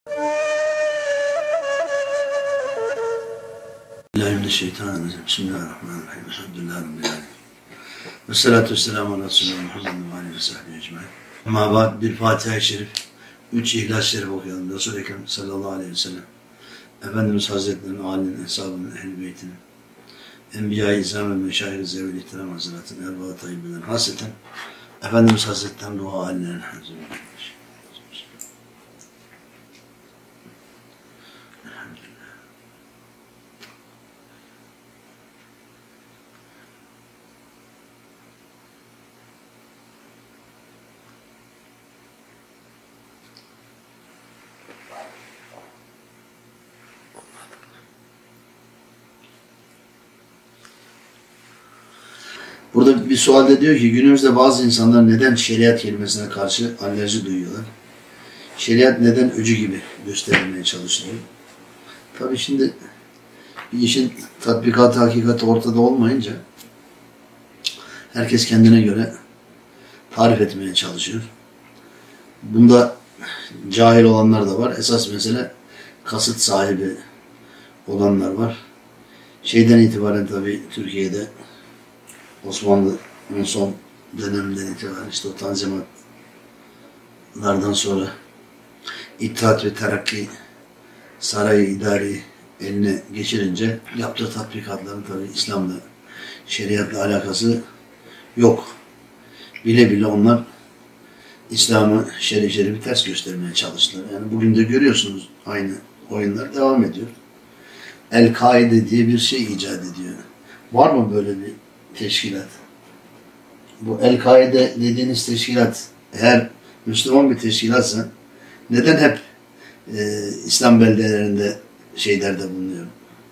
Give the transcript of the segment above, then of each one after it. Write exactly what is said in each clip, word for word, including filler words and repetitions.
Euzubillahimineşşeytanirracim. Bismillahirrahmanirrahim. Elhamdülillahi Rabbil alemin. Ve salatu vesselamu ala Resulullah Muhammedin ve aleyhi ve sahbihi ecmaîn. Ama ba'd, bir Fatiha-i Şerif, üç İhlas-ı Şerif okuyalım. Resul-i Ekrem sallallahu aleyhi ve sellem, Efendimiz Hazretleri'nin, âlinin, eshâbının, ehl-i beytinin, Enbiya-i İzam ve Meşâih-i Zevil İhtiram Hazretleri'nin, Erba-ı Tayyib'den, hasreten Efendimiz Hazretleri'nin dua haline hazırlanmış. Burada bir sualde diyor ki, günümüzde bazı insanlar neden şeriat kelimesine karşı alerji duyuyorlar? Şeriat neden öcü gibi gösterilmeye çalışılıyor? Tabii şimdi bir işin tatbikatı, hakikati ortada olmayınca herkes kendine göre tarif etmeye çalışıyor. Bunda cahil olanlar da var. Esas mesele kasıt sahibi olanlar var. Şeyden itibaren tabii Türkiye'de Osmanlı'nın son döneminden itibaren işte o tanzimatlardan sonra İttihat ve Terakki sarayı idari eline geçirince yaptığı tatbikatların tabii İslam'la, şeriatla alakası yok. Bile bile onlar İslam'ı, şerif şerifi ters göstermeye çalıştılar. Yani bugün de görüyorsunuz aynı oyunlar devam ediyor. El-Kaide diye bir şey icat ediyor. Var mı böyle bir teşkilat? Bu El-Kaide dediğiniz teşkilat eğer Müslüman bir teşkilatsa neden hep e, İslam beldelerinde şeylerde bulunuyor?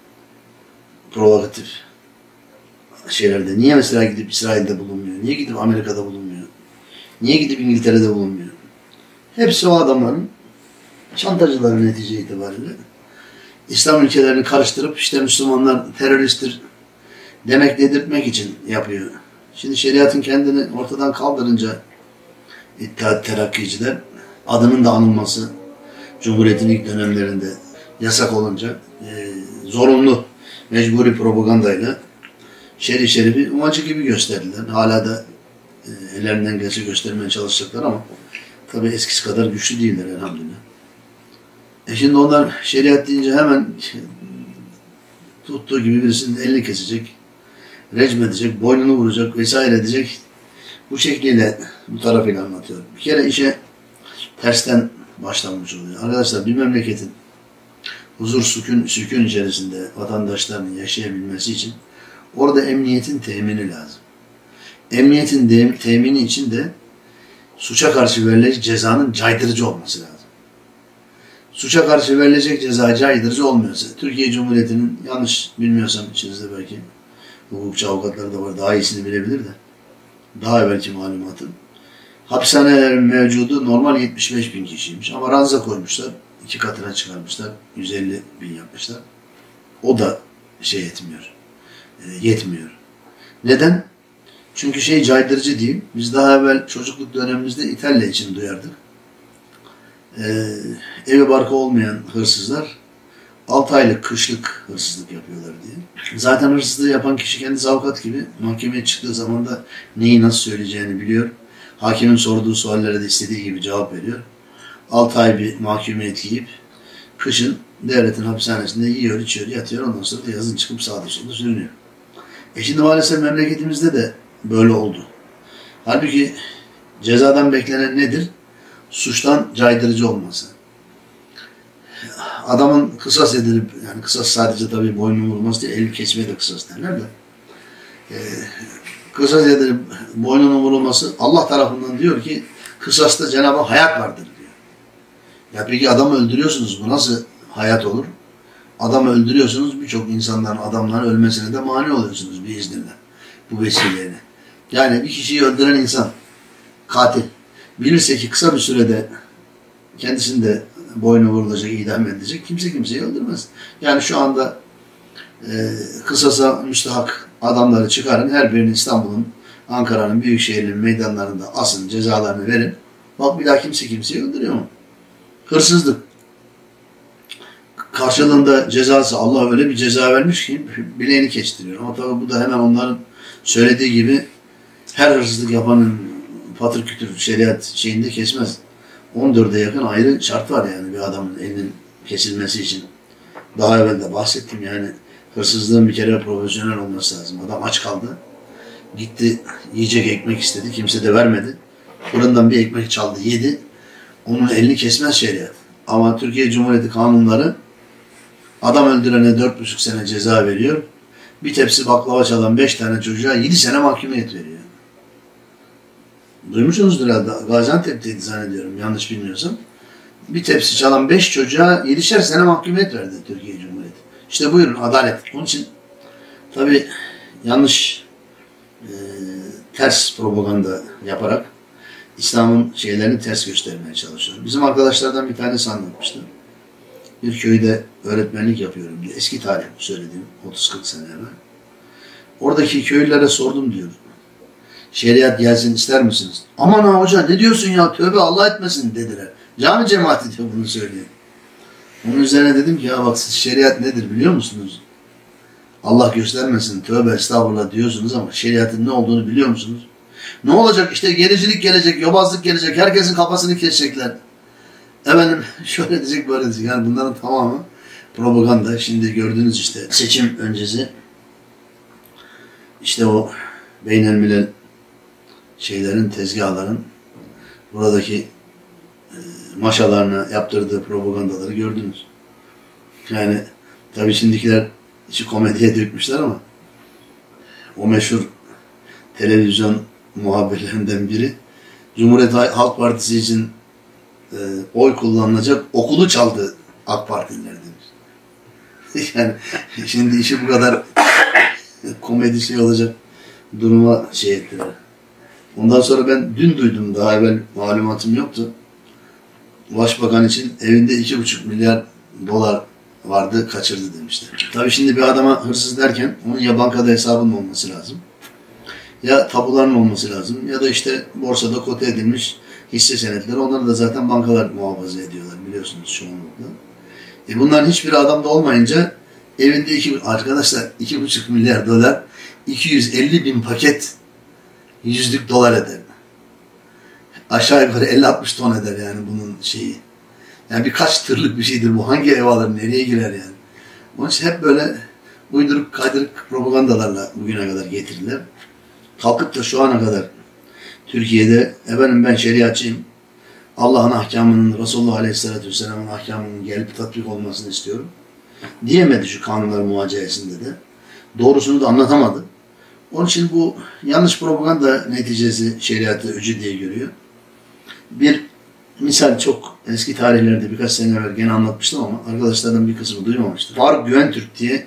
Provokatif şeylerde. Niye mesela gidip İsrail'de bulunmuyor? Niye gidip Amerika'da bulunmuyor? Niye gidip İngiltere'de bulunmuyor? Hepsi o adamların şantajcıları netice itibariyle. İslam ülkelerini karıştırıp işte Müslümanlar teröristtir demek dedirtmek için yapıyor. Şimdi şeriatın kendini ortadan kaldırınca İttihat Terakkiciler adının da anılması Cumhuriyet'in ilk dönemlerinde yasak olunca e, zorunlu mecburi propagandayla şerif şerifi umacı gibi gösterdiler. Hala da e, ellerinden gelse göstermeye çalışacaklar ama tabii eskisi kadar güçlü değiller elhamdülillah. E şimdi onlar şeriat deyince hemen tuttuğu gibi birisinin elini kesecek, recm edecek, boynunu vuracak vesaire edecek. Bu şekliyle bu tarafıyla anlatıyor. Bir kere işe tersten başlanmış oluyor. Arkadaşlar bir memleketin huzur, sükun, sükun içerisinde vatandaşlarının yaşayabilmesi için orada emniyetin temini lazım. Emniyetin temini için de suça karşı verilecek cezanın caydırıcı olması lazım. Suça karşı verilecek ceza caydırıcı olmuyorsa, Türkiye Cumhuriyeti'nin, yanlış bilmiyorsam içinizde belki hukukçu avukatlar da var, daha iyisini bilebilir de, daha evvelki malumatım. Hapishanelerin mevcudu normal yetmiş beş bin kişiymiş ama ranza koymuşlar, iki katına çıkarmışlar, yüz elli bin yapmışlar. O da şey etmiyor, e, yetmiyor. Neden? Çünkü şey caydırıcı değil. Biz daha evvel çocukluk dönemimizde İtalya için duyardık. Ee, evi barkı olmayan hırsızlar altı aylık kışlık hırsızlık yapıyorlar diye. Zaten hırsızlığı yapan kişi kendisi avukat gibi mahkemeye çıktığı zaman da neyi nasıl söyleyeceğini biliyor. Hakimin sorduğu suallere de istediği gibi cevap veriyor. altı ay bir mahkumiyet giyip kışın devletin hapishanesinde yiyor, içiyor, yatıyor. Ondan sonra da yazın çıkıp sağda solda sürünüyor. E şimdi maalesef memleketimizde de böyle oldu. Halbuki cezadan beklenen nedir? Suçtan caydırıcı olması. Adamın kısas edilip, yani kısas sadece tabii boynunu vurması değil, el kesmeye de kısas derler de. Ee, kısas edilip boynunun vurulması Allah tarafından diyor ki kısasta Cenab-ı Hak hayat vardır diyor. Ya peki adamı öldürüyorsunuz, bu nasıl hayat olur? Adamı öldürüyorsunuz, birçok insanların, adamların ölmesine de mani oluyorsunuz biiznillah. Bu vesileyle. Yani bir kişiyi öldüren insan, katil, bilirse ki kısa bir sürede kendisini de boynu vurulacak, idam edilecek, kimse kimseyi öldürmez. Yani şu anda e, kısasa müstahak adamları çıkarın, her birini İstanbul'un, Ankara'nın, büyük şehirlerin meydanlarında asın, cezalarını verin. Bak bir daha kimse kimseyi öldürüyor mu? Hırsızlık. karşılığında cezası, Allah öyle bir ceza vermiş ki bileğini kestiriyor. Ama tabii bu da hemen onların söylediği gibi her hırsızlık yapanın patır kütür şeriat şeyinde kesmez. on dörde yakın ayrı şart var yani bir adamın elinin kesilmesi için. Daha evvel de bahsettim yani hırsızlığın bir kere profesyonel olması lazım. Adam aç kaldı. Gitti yiyecek ekmek istedi. Kimse de vermedi. Fırından bir ekmek çaldı yedi. Onun elini kesmez şeriat. Ama Türkiye Cumhuriyeti kanunları adam öldürene dört buçuk sene ceza veriyor. Bir tepsi baklava çalan beş tane çocuğa yedi sene mahkumiyet veriyor. Duymuşsunuzdur herhalde. Gaziantep'teydi zannediyorum yanlış bilmiyorsam. Bir tepsi çalan beş çocuğa yedişer sene mahkumiyet verdi Türkiye Cumhuriyeti. İşte buyurun adalet. Onun için tabii yanlış e, ters propaganda yaparak İslam'ın şeylerini ters göstermeye çalışıyor. Bizim arkadaşlardan bir tanesi anlatmıştı. Bir köyde öğretmenlik yapıyorum diye. Eski tarih söylediğim otuz kırk sene evvel. Oradaki köylülere sordum diyor. Şeriat gelsin ister misiniz? Aman ha hoca ne diyorsun ya tövbe Allah etmesin dediler. Cami cemaati diyor bunu söylüyor. Onun üzerine dedim ki ya bak siz şeriat nedir biliyor musunuz? Allah göstermesin tövbe estağfurullah diyorsunuz ama şeriatın ne olduğunu biliyor musunuz? Ne olacak işte gericilik gelecek, yobazlık gelecek, herkesin kafasını kesecekler. Efendim şöyle diyecek böyle diyecek. Yani bunların tamamı propaganda. Şimdi gördüğünüz işte seçim öncesi işte o beynelmilel şeylerin, tezgahların buradaki e, maşalarına yaptırdığı propagandaları gördünüz. Yani tabii şimdikiler içi komediye dökmüşler ama o meşhur televizyon muhabirlerinden biri Cumhuriyet Halk Partisi için e, oy kullanılacak okulu çaldı AK Partililer demiş. Yani şimdi işi bu kadar komedi şey olacak duruma şey ettiler. Ondan sonra ben dün duydum, daha evvel malumatım yoktu. Başbakan için evinde iki buçuk milyar dolar vardı, kaçırdı demişler. Tabii şimdi bir adama hırsız derken onun ya bankada hesabının olması lazım, ya tapuların olması lazım, ya da işte borsada kote edilmiş hisse senetleri. Onları da zaten bankalar muhafaza ediyorlar biliyorsunuz çoğunlukla. E bunların hiçbiri adamda olmayınca evinde iki, arkadaşlar iki buçuk milyar dolar iki yüz elli bin paket yüzlük dolar eder. Aşağı yukarı elli altmış ton eder yani bunun şeyi. Yani birkaç tırlık bir şeydir bu. Hangi ev alır, nereye girer yani. Onun için hep böyle uyduruk kaydırık propagandalarla bugüne kadar getirdiler. Kalkıp da şu ana kadar Türkiye'de efendim ben şeriatçıyım, Allah'ın ahkamının, Resulullah Aleyhisselatü Vesselam'ın ahkamının gelip tatbik olmasını istiyorum diyemedi şu kanunlar muhaceyesinde de. Doğrusunu da anlatamadı. Onun için bu yanlış propaganda neticesi şeriatı öcü diye görüyor. Bir misal çok eski tarihlerde birkaç sene evvel gene anlatmıştım ama arkadaşlardan bir kısmı duymamıştı. Faruk Güventürk diye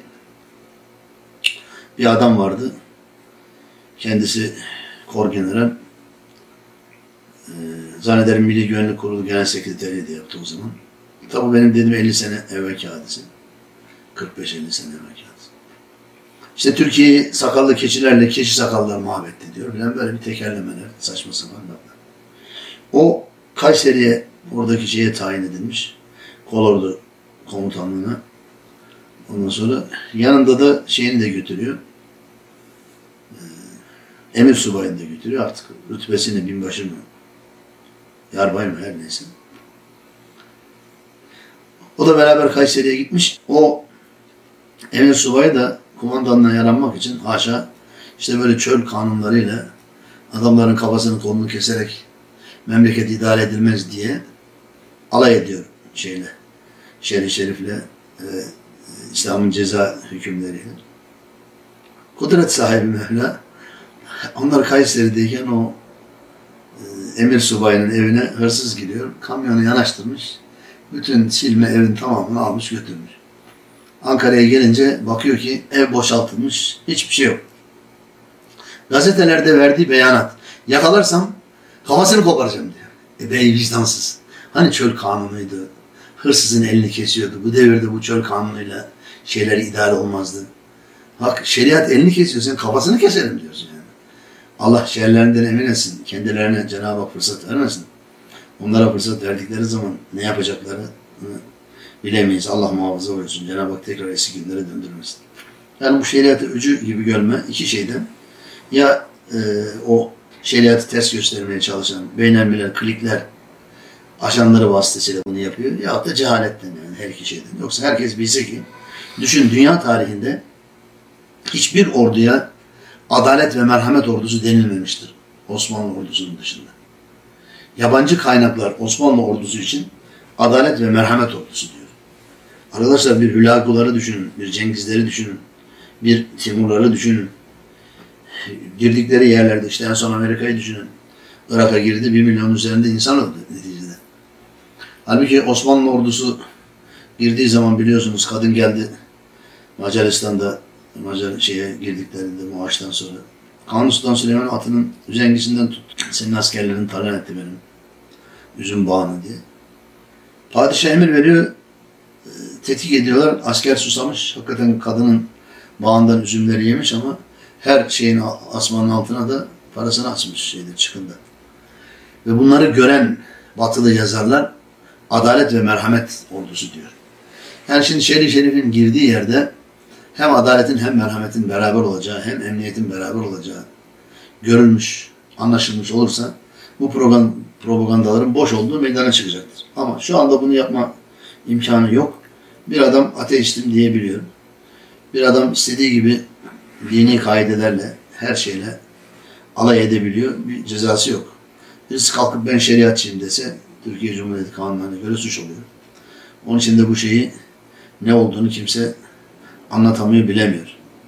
bir adam vardı. Kendisi Korgeneral. Ee, zannederim Milli Güvenlik Kurulu Genel Sekreteri de yaptı o zaman. Tabi benim dediğim elli sene evvelki hadise. kırk beş elli sene evvelki hadise. İşte Türkiye'yi sakallı keçilerle keçi sakallar mahvetti diyor. Yani böyle bir tekerlemeler, saçma sapan laflar. O Kayseri'ye, oradaki şeye tayin edilmiş. Kolordu komutanlığına. Ondan sonra yanında da şeyini de götürüyor. Emir subayını da götürüyor. Artık rütbesini binbaşı mı, yarbay mı her neyse. O da beraber Kayseri'ye gitmiş. O emir subayı da kumandanına yaranmak için haşa işte böyle çöl kanunlarıyla adamların kafasını kolunu keserek memleket idare edilmez diye alay ediyor şeyle, şerif şerifle e, İslam'ın ceza hükümleriyle. Kudret sahibi Mevla onlar Kayseri'deyken o e, emir subayının evine hırsız giriyor. Kamyonu yanaştırmış. Bütün silme evin tamamını almış götürmüş. Ankara'ya gelince bakıyor ki ev boşaltılmış. Hiçbir şey yok. Gazetelerde verdiği beyanat. Yakalarsam kafasını koparacağım diyor. E bey vicdansız. Hani çöl kanunuydu. Hırsızın elini kesiyordu. Bu devirde bu çöl kanunuyla şeyler idare olmazdı. Bak şeriat elini kesiyor. Sen kafasını keserim diyorsun yani. Allah şerlerinden emin etsin. Kendilerine Cenab-ı Hak fırsat vermesin. Onlara fırsat verdikleri zaman ne yapacakları Bilemeyiz. Allah muhafaza buyursun. Cenab-ı Hak tekrar eski günlere döndürmesin. Yani bu şeriatı öcü gibi görme iki şeyden. Ya e, o şeriatı ters göstermeye çalışan beynelmiler, klikler, ajanları vasıtasıyla bunu yapıyor. Ya da cehaletten, yani her iki şeyden. Yoksa herkes bilse ki, düşün, dünya tarihinde hiçbir orduya adalet ve merhamet ordusu denilmemiştir. Osmanlı ordusunun dışında. Yabancı kaynaklar Osmanlı ordusu için adalet ve merhamet ordusu diyor. Arkadaşlar, bir Hülaguları düşünün, bir Cengizleri düşünün, bir Timurları düşünün. Girdikleri yerlerde, işte en son Amerika'yı düşünün. Irak'a girdi, bir milyon üzerinde insan öldü neticede. Halbuki Osmanlı ordusu girdiği zaman biliyorsunuz, kadın geldi Macaristan'da, Macar şeye girdiklerinde Muaş'tan sonra. Kanuni Sultan Süleyman atının üzengisinden tut. Senin askerlerini talan etti benim üzüm bağını diye. Padişah emir veriyor, tetkik ediyorlar. Asker susamış. Hakikaten kadının bağından üzümleri yemiş ama her şeyin asmanın altına da parasını asmış şeyde, çıkında. Ve bunları gören batılı yazarlar adalet ve merhamet ordusu diyor. Yani şimdi Şerif Şerif'in girdiği yerde hem adaletin hem merhametin beraber olacağı, hem emniyetin beraber olacağı görülmüş, anlaşılmış olursa bu propagandaların boş olduğu meydana çıkacaktır. Ama şu anda bunu yapma imkanı yok. Bir adam ateistim diyebiliyor. Bir adam istediği gibi dini kaidelerle, her şeyle alay edebiliyor. Bir cezası yok. Birisi kalkıp ben şeriatçıyım dese Türkiye Cumhuriyeti kanunlarına göre suç oluyor. Onun için de bu şeyi ne olduğunu kimse anlatamıyor, bilemiyor.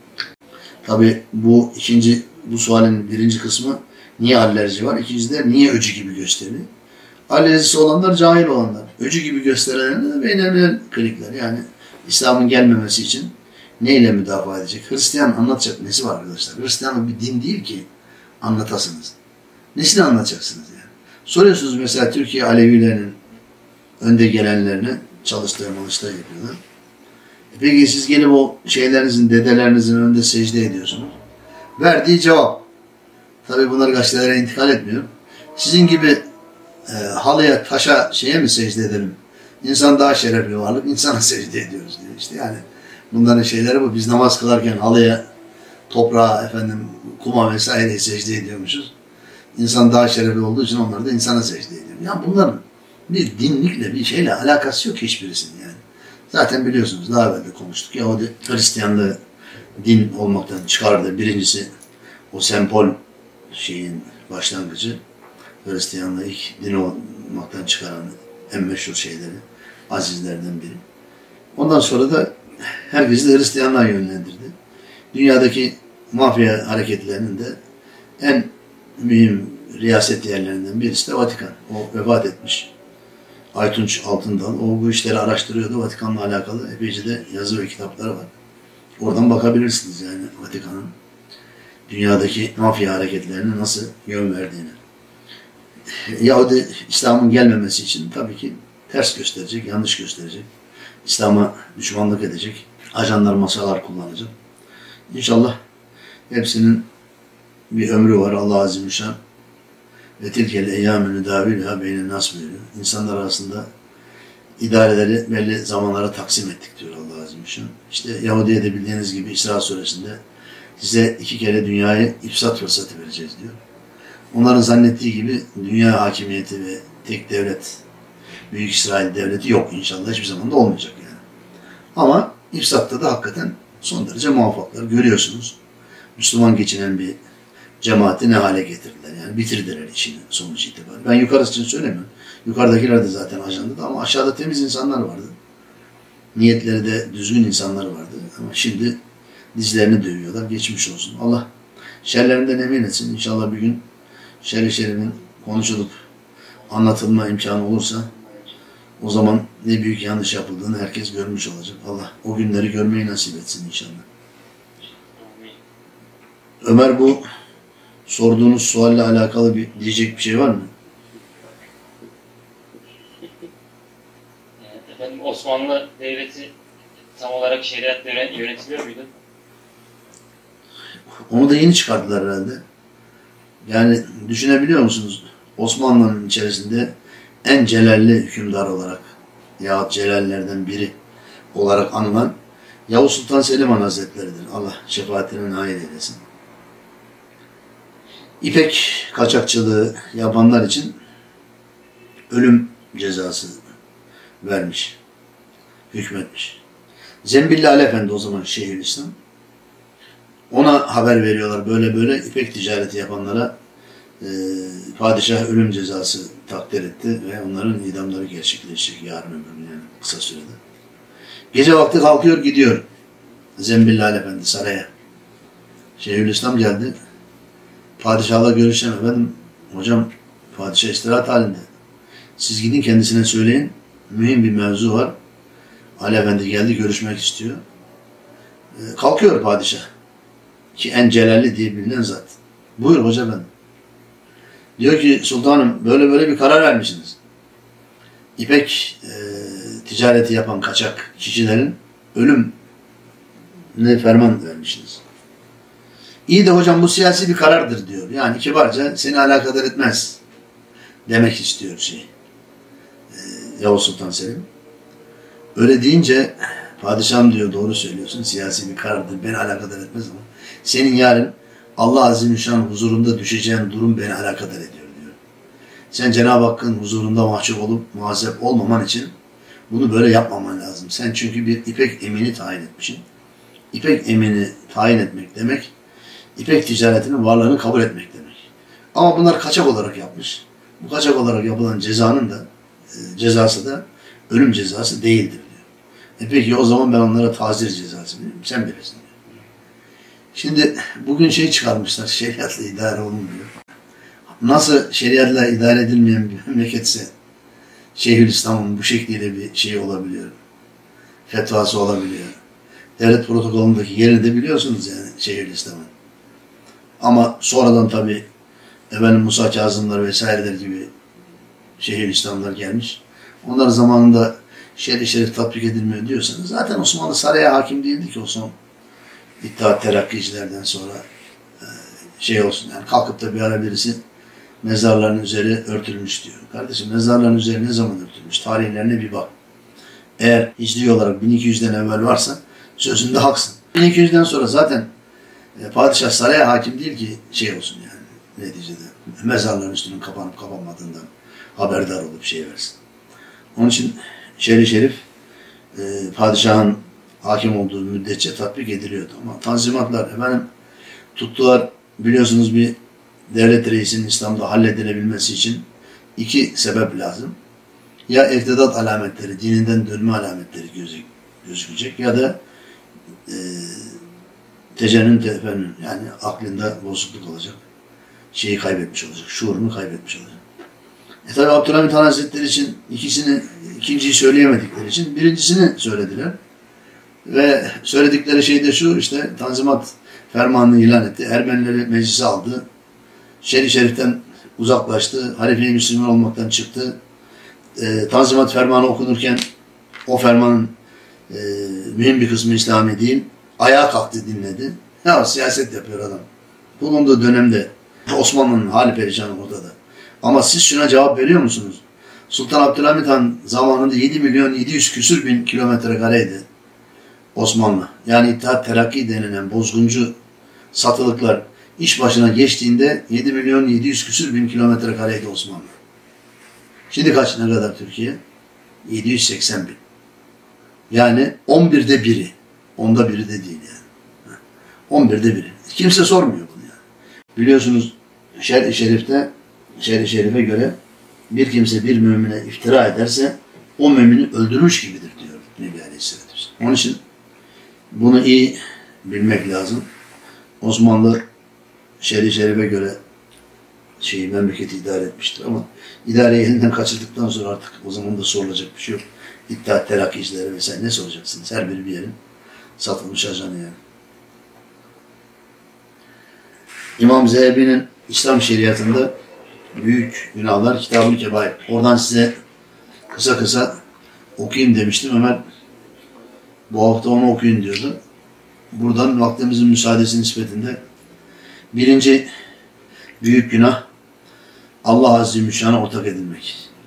Tabi bu ikinci, bu sualin birinci kısmı niye alerji var? İkincisi de niye öcü gibi gösteriyor? Alerjisi olanlar cahil olanlar. Öcü gibi gösterenler de beynelmiler klikler. Yani İslam'ın gelmemesi için neyle müdafaa edecek? Hristiyan anlatacak nesi var arkadaşlar? Hristiyanlık bir din değil ki anlatasınız. Nesini anlatacaksınız yani? Soruyorsunuz mesela Türkiye Alevilerinin önde gelenlerine çalıştığı malışlar yapıyorlar. E peki siz gelip o şeylerinizin, dedelerinizin önünde secde ediyorsunuz. Verdiği cevap. Tabii bunlar gazetelere intikal etmiyor. Sizin gibi e, halıya, taşa, şeye mi secde edelim? İnsan daha şerefli varlık, insana secde ediyoruz diyor. İşte yani bunların şeyleri bu. Biz namaz kılarken halıya, toprağa, efendim, kuma vesaireye secde ediyormuşuz. İnsan daha şerefli olduğu için onlar da insana secde ediyor. Yani bunların bir dinlikle, bir şeyle alakası yok hiçbirisinin yani. Zaten biliyorsunuz, daha evvel de konuştuk. Yahudi Hristiyanlığı din olmaktan çıkardı. Birincisi o sempol şeyin başlangıcı. Hristiyanlığı ilk din olmaktan çıkaran en meşhur şeyleri, azizlerden biri. Ondan sonra da herkesi de Hristiyanlığa yönlendirdi. Dünyadaki mafya hareketlerinin de en mühim riyaset yerlerinden birisi de Vatikan. O vefat etmiş. Aytunç Altındal. O bu işleri araştırıyordu. Vatikan'la alakalı epeyce de yazı ve kitapları var. Oradan bakabilirsiniz yani Vatikan'ın dünyadaki mafya hareketlerine nasıl yön verdiğini. Yahudi İslam'ın gelmemesi için tabii ki ters gösterecek, yanlış gösterecek. İslam'a düşmanlık edecek. Ajanlar, masalar kullanacak. İnşallah hepsinin bir ömrü var. Allah Azimüşşan ve tilkel eyyâmü nüdâvilhâ beynen nas buyuruyor. İnsanlar arasında idareleri belli zamanlara taksim ettik diyor Allah Azimüşşan. İşte Yahudi'ye de bildiğiniz gibi İsra suresinde size iki kere dünyayı ifsat fırsatı vereceğiz diyor. Onların zannettiği gibi dünya hakimiyeti ve tek devlet, Büyük İsrail devleti yok inşallah. Hiçbir zaman da olmayacak yani. Ama ifsatta da hakikaten son derece muvaffaklar. Görüyorsunuz. Müslüman geçinen bir cemaati ne hale getirdiler. Yani bitirdiler işini sonuç itibariyle. Ben yukarısı için söylemiyorum. Yukarıdakiler de zaten ajandadı ama aşağıda temiz insanlar vardı. Niyetleri de düzgün insanlar vardı. Ama şimdi dizlerini dövüyorlar. Geçmiş olsun. Allah şerlerinden emin etsin. İnşallah bir gün şerri şerinin konuşulup anlatılma imkanı olursa o zaman ne büyük yanlış yapıldığını herkes görmüş olacak. Allah o günleri görmeyi nasip etsin inşallah. Ömer, bu sorduğunuz sualle alakalı bir diyecek bir şey var mı? Efendim, Osmanlı Devleti tam olarak şeriatla yönetiliyor muydu? Onu da yeni çıkarttılar herhalde. Yani düşünebiliyor musunuz? Osmanlı'nın içerisinde en celalli hükümdar olarak yahut celallerden biri olarak anılan Yavuz Sultan Selim Han Hazretleri'dir. Allah şefaatine nail eylesin. İpek kaçakçılığı yapanlar için ölüm cezası vermiş, hükmetmiş. Zembilli Ali Efendi o zaman Şeyhülislam. Ona haber veriyorlar böyle böyle ipek ticareti yapanlara e, padişah ölüm cezası takdir etti ve onların idamları gerçekleşecek yarın öbür gün yani kısa sürede. Gece vakti kalkıyor gidiyor Zembilli Ali Efendi saraya. Şeyhülislam geldi. Padişahla görüşeceğim efendim. Hocam padişah istirahat halinde. Siz gidin kendisine söyleyin. Mühim bir mevzu var. Ali Efendi geldi görüşmek istiyor. E, kalkıyor padişah. Ki en celalli diye bilinen zat. Buyur hoca efendi. Diyor ki sultanım böyle böyle bir karar vermişsiniz. İpek e, ticareti yapan kaçak kişilerin ölümüne ferman vermişsiniz. İyi de hocam bu siyasi bir karardır diyor. Yani kibarca seni alakadar etmez demek istiyor şey. E, Yavuz Sultan Selim. Öyle deyince padişahım diyor doğru söylüyorsun siyasi bir karardır beni alakadar etmez ama senin yarın Allah Azimüşşan huzurunda düşeceğin durum beni alakadar ediyor diyor. Sen Cenab-ı Hakk'ın huzurunda mahcup olup muhasep olmaman için bunu böyle yapmaman lazım. Sen çünkü bir ipek emini tayin etmişsin. İpek emini tayin etmek demek, ipek ticaretinin varlığını kabul etmek demek. Ama bunlar kaçak olarak yapmış. Bu kaçak olarak yapılan cezanın da e, cezası da ölüm cezası değildir diyor. E peki o zaman ben onlara tazir cezası veriyorum. Sen bilirsin diyor. Şimdi bugün şey çıkarmışlar, şeriatla idare olunmuyor. Nasıl şeriatla idare edilmeyen bir memleketse Şeyhülislam'ın bu şekliyle bir şey olabiliyor. Fetvası olabiliyor. Devlet protokolündeki yerini de biliyorsunuz yani Şeyhülislam'ın. Ama sonradan tabii efendim Musa Kazımlar vesaireler gibi Şeyhülislamlar gelmiş. Onların zamanında şer'i şerif tatbik edilmiyor diyorsanız zaten Osmanlı saraya hakim değildi ki o son İttihat Terakkicilerden sonra e, şey olsun yani kalkıp da bir ara birisi mezarların üzeri örtülmüş diyor. Kardeşim mezarların üzeri ne zaman örtülmüş? Tarihlerine bir bak. Eğer hicri olarak bin iki yüzden evvel varsa sözünde haksın. bin iki yüzden sonra zaten e, padişah saraya hakim değil ki şey olsun yani neticede. Mezarların üstünün kapanıp kapanmadığından haberdar olup şey versin. Onun için şer'i şerif e, padişahın hakim olduğu müddetçe tatbik ediliyordu. Ama tanzimatlar efendim tuttular biliyorsunuz bir devlet reisinin İslam'da halledilebilmesi için iki sebep lazım. Ya irtidat alametleri, dininden dönme alametleri gözük, gözükecek ya da e, tecennün tefennün yani aklında bozukluk olacak. Şeyi kaybetmiş olacak, şuurunu kaybetmiş olacak. E tabi Abdülhamit Han Hazretleri için ikisini, ikinciyi söyleyemedikleri için birincisini söylediler. Ve söyledikleri şey de şu işte Tanzimat fermanını ilan etti. Ermenileri meclise aldı. Şer-i Şerif'ten uzaklaştı. Halife-i Müslüman olmaktan çıktı. E, Tanzimat fermanı okunurken o fermanın e, mühim bir kısmı İslami değil. Ayağa kalktı dinledi. Ya siyaset yapıyor adam. Bulunduğu dönemde Osmanlı'nın hali perişanı ortada. Ama siz şuna cevap veriyor musunuz? Sultan Abdülhamit Han zamanında yedi milyon yedi yüz küsür bin kilometre kareydi Osmanlı. Yani İttihat Terakki denilen bozguncu satılıklar iş başına geçtiğinde yedi milyon yedi yüz küsür bin kilometre kareydi Osmanlı. Şimdi kaç ne kadar Türkiye? yedi yüz seksen bin. Yani on birde biri. Onda biri de değil yani. on birde biri. Kimse sormuyor bunu yani. Biliyorsunuz Şer-i Şerif'te Şer-i Şerif'e göre bir kimse bir mümine iftira ederse o mümini öldürmüş gibidir diyor Nebi Aleyhisselatü Vesselam. Onun için bunu iyi bilmek lazım. Osmanlı Şer-i Şerif'e göre şeyi memleketi idare etmiştir ama idareyi elinden kaçırdıktan sonra artık o zaman da sorulacak bir şey yok. İttihat Terakkicileri vesaire ne soracaksınız? Her biri bir yerin satılmış ajanı yani. İmam Zehebi'nin İslam şeriatında büyük günahlar Kitab-ı Kebair. Oradan size kısa kısa okuyayım demiştim. Ömer bu hafta onu okuyun diyordu. Buradan vaktimizin müsaadesi nispetinde birinci büyük günah Allah Azze ve Müşşan'a ortak edilmek.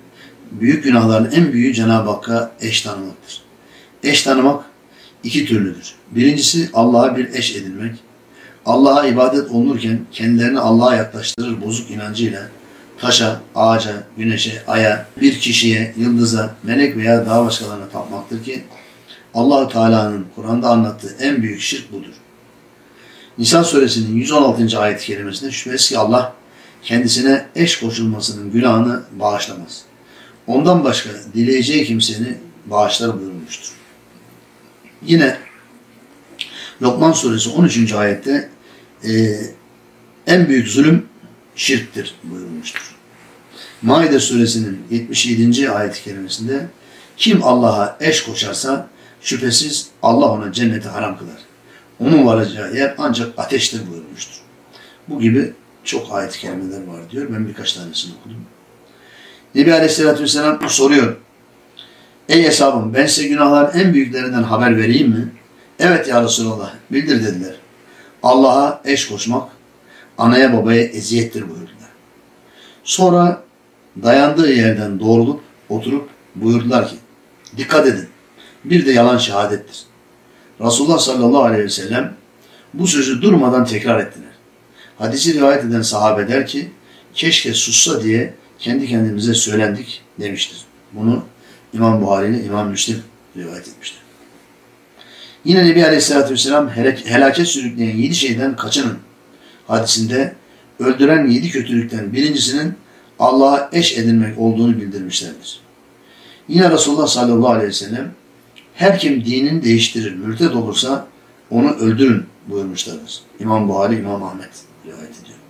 büyük günahların en büyüğü Cenab-ı Hakk'a eş tanımaktır. Eş tanımak iki türlüdür. Birincisi Allah'a bir eş edinmek. Allah'a ibadet olunurken kendilerini Allah'a yaklaştırır bozuk inancıyla taşa, ağaca, güneşe, aya, bir kişiye, yıldıza, melek veya daha başkalarına tapmaktır ki Allah-u Teala'nın Kur'an'da anlattığı en büyük şirk budur. Nisa suresinin yüz on altıncı ayet-i kerimesinde şüphesiz ki Allah kendisine eş koşulmasının günahını bağışlamaz. Ondan başka dileyeceği kimseni bağışlar buyurmuştur. Yine Lokman suresi on üçüncü ayette e, en büyük zulüm şirktir buyurulmuştur. Maide suresinin yetmiş yedinci ayet-i kerimesinde kim Allah'a eş koşarsa şüphesiz Allah ona cenneti haram kılar. Onun varacağı yer ancak ateştir buyurmuştur. Bu gibi çok ayet-i kerimeler var diyor. Ben birkaç tanesini okudum. Nebi Aleyhisselatü Vesselam soruyor. Ey hesabım ben size günahların en büyüklerinden haber vereyim mi? Evet ya Resulallah bildir dediler. Allah'a eş koşmak, anaya babaya eziyettir buyurdular. Sonra dayandığı yerden doğrulup oturup buyurdular ki dikkat edin bir de yalan şehadettir. Resulullah sallallahu aleyhi ve sellem bu sözü durmadan tekrar ettiler. Hadisi rivayet eden sahabe der ki keşke sussa diye kendi kendimize söylendik demiştir. Bunu İmam Buhari ile İmam Müslim rivayet etmiştir. Yine Nebi Aleyhisselatü Vesselam helaket sürükleyen yedi şeyden kaçının hadisinde öldüren yedi kötülükten birincisinin Allah'a eş edinmek olduğunu bildirmişlerdir. Yine Resulullah sallallahu aleyhi ve sellem her kim dinini değiştirir, mürted olursa onu öldürün buyurmuşlardır. İmam Buhari, İmam Ahmet rivayet ediyor.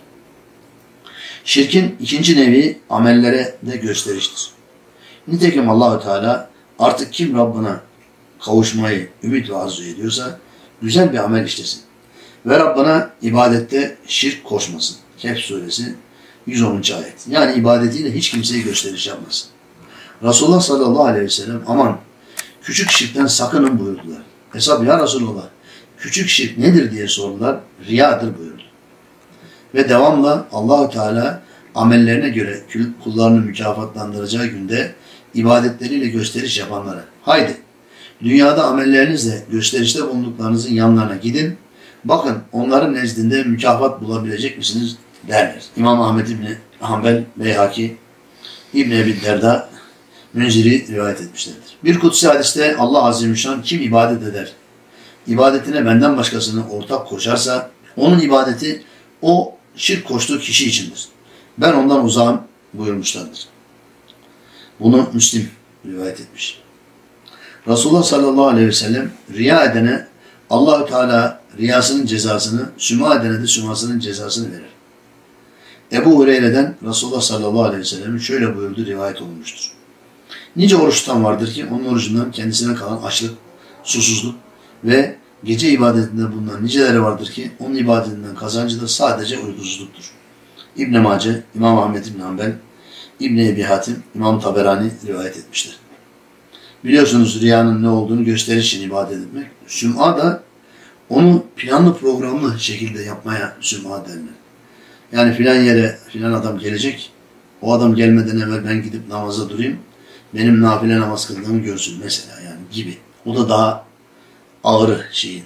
Şirkin ikinci nevi amellere de gösteriştir. Nitekim Allahu Teala artık kim Rabbına kavuşmayı ümit ve arzu ediyorsa güzel bir amel işlesin. Ve Rabbına ibadette şirk koşmasın. Kehf suresi yüz onuncu ayet. Yani ibadetiyle hiç kimseye gösteriş yapmasın. Resulullah sallallahu aleyhi ve sellem aman küçük şirkten sakının buyurdular. Hesap ya Resulullah küçük şirk nedir diye sordular. Riyadır buyurdu. Ve devamla Allahu Teala amellerine göre kullarını mükafatlandıracağı günde ibadetleriyle gösteriş yapanlara haydi dünyada amellerinizle gösterişte bulunduklarınızın yanlarına gidin. Bakın onların nezdinde mükafat bulabilecek misiniz derler. İmam Ahmed İbni Hanbel, Beyhaki, İbni Ebi Derda, Münziri rivayet etmişlerdir. Bir kutsi hadiste Allah Azze ve Şan kim ibadet eder, ibadetine benden başkasını ortak koşarsa onun ibadeti o şirk koştuğu kişi içindir. Ben ondan uzağım buyurmuşlardır. Bunu Müslim rivayet etmiş. Resulullah sallallahu aleyhi ve sellem riya edene Allah-u Teala riyasının cezasını, süma edene de sümasının cezasını verir. Ebu Hureyre'den Resulullah sallallahu aleyhi ve sellem'in şöyle buyurduğu rivayet olmuştur. Nice oruç tutan vardır ki onun orucundan kendisine kalan açlık, susuzluk ve gece ibadetinde bulunan niceleri vardır ki onun ibadetinden kazancı da sadece uykusuzluktur. İbn-i Mace, İmam Ahmed İbn Hanbel, İbn-i Ebi Hatim, İmam Taberani rivayet etmiştir. Biliyorsunuz riyanın ne olduğunu gösteriş için ibadet etmek. Süm'a da onu planlı programlı şekilde yapmaya süm'a derler. Yani filan yere filan adam gelecek. O adam gelmeden evvel ben gidip namaza durayım. Benim nafile namaz kıldığımı görsün mesela yani gibi. O da daha ağırı şeyin.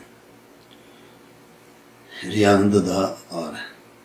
Riyanın da daha ağırı.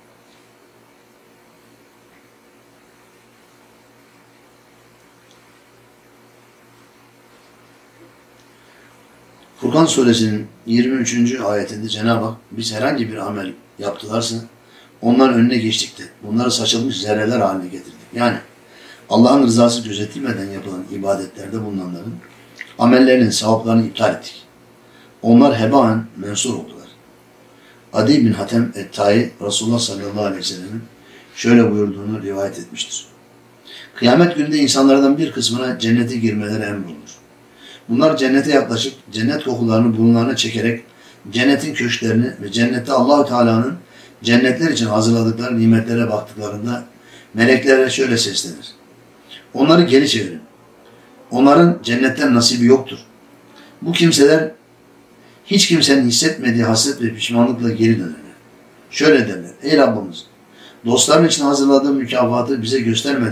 Furkan suresinin yirmi üçüncü ayetinde Cenab-ı Hak biz herhangi bir amel yaptılarsa onların önüne geçtik de bunları saçılmış zerreler haline getirdik. Yani Allah'ın rızası gözetilmeden yapılan ibadetlerde bulunanların amellerinin sevaplarını iptal ettik. Onlar hebaen mensur oldular. Adi bin Hatem et-Tai Resulullah sallallahu aleyhi ve sellem'in şöyle buyurduğunu rivayet etmiştir. Kıyamet gününde insanlardan bir kısmına cennete girmeleri emrolunur. Bunlar cennete yaklaşıp cennet kokularını burunlarına çekerek cennetin köşklerini ve cennette Allah-u Teala'nın cennetler için hazırladıkları nimetlere baktıklarında meleklere şöyle seslenir. Onları geri çevirin. Onların cennetten nasibi yoktur. Bu kimseler hiç kimsenin hissetmediği hasret ve pişmanlıkla geri dönerler. Şöyle derler. Ey Rabbimiz! Dostların için hazırladığın mükafatı bize göstermeden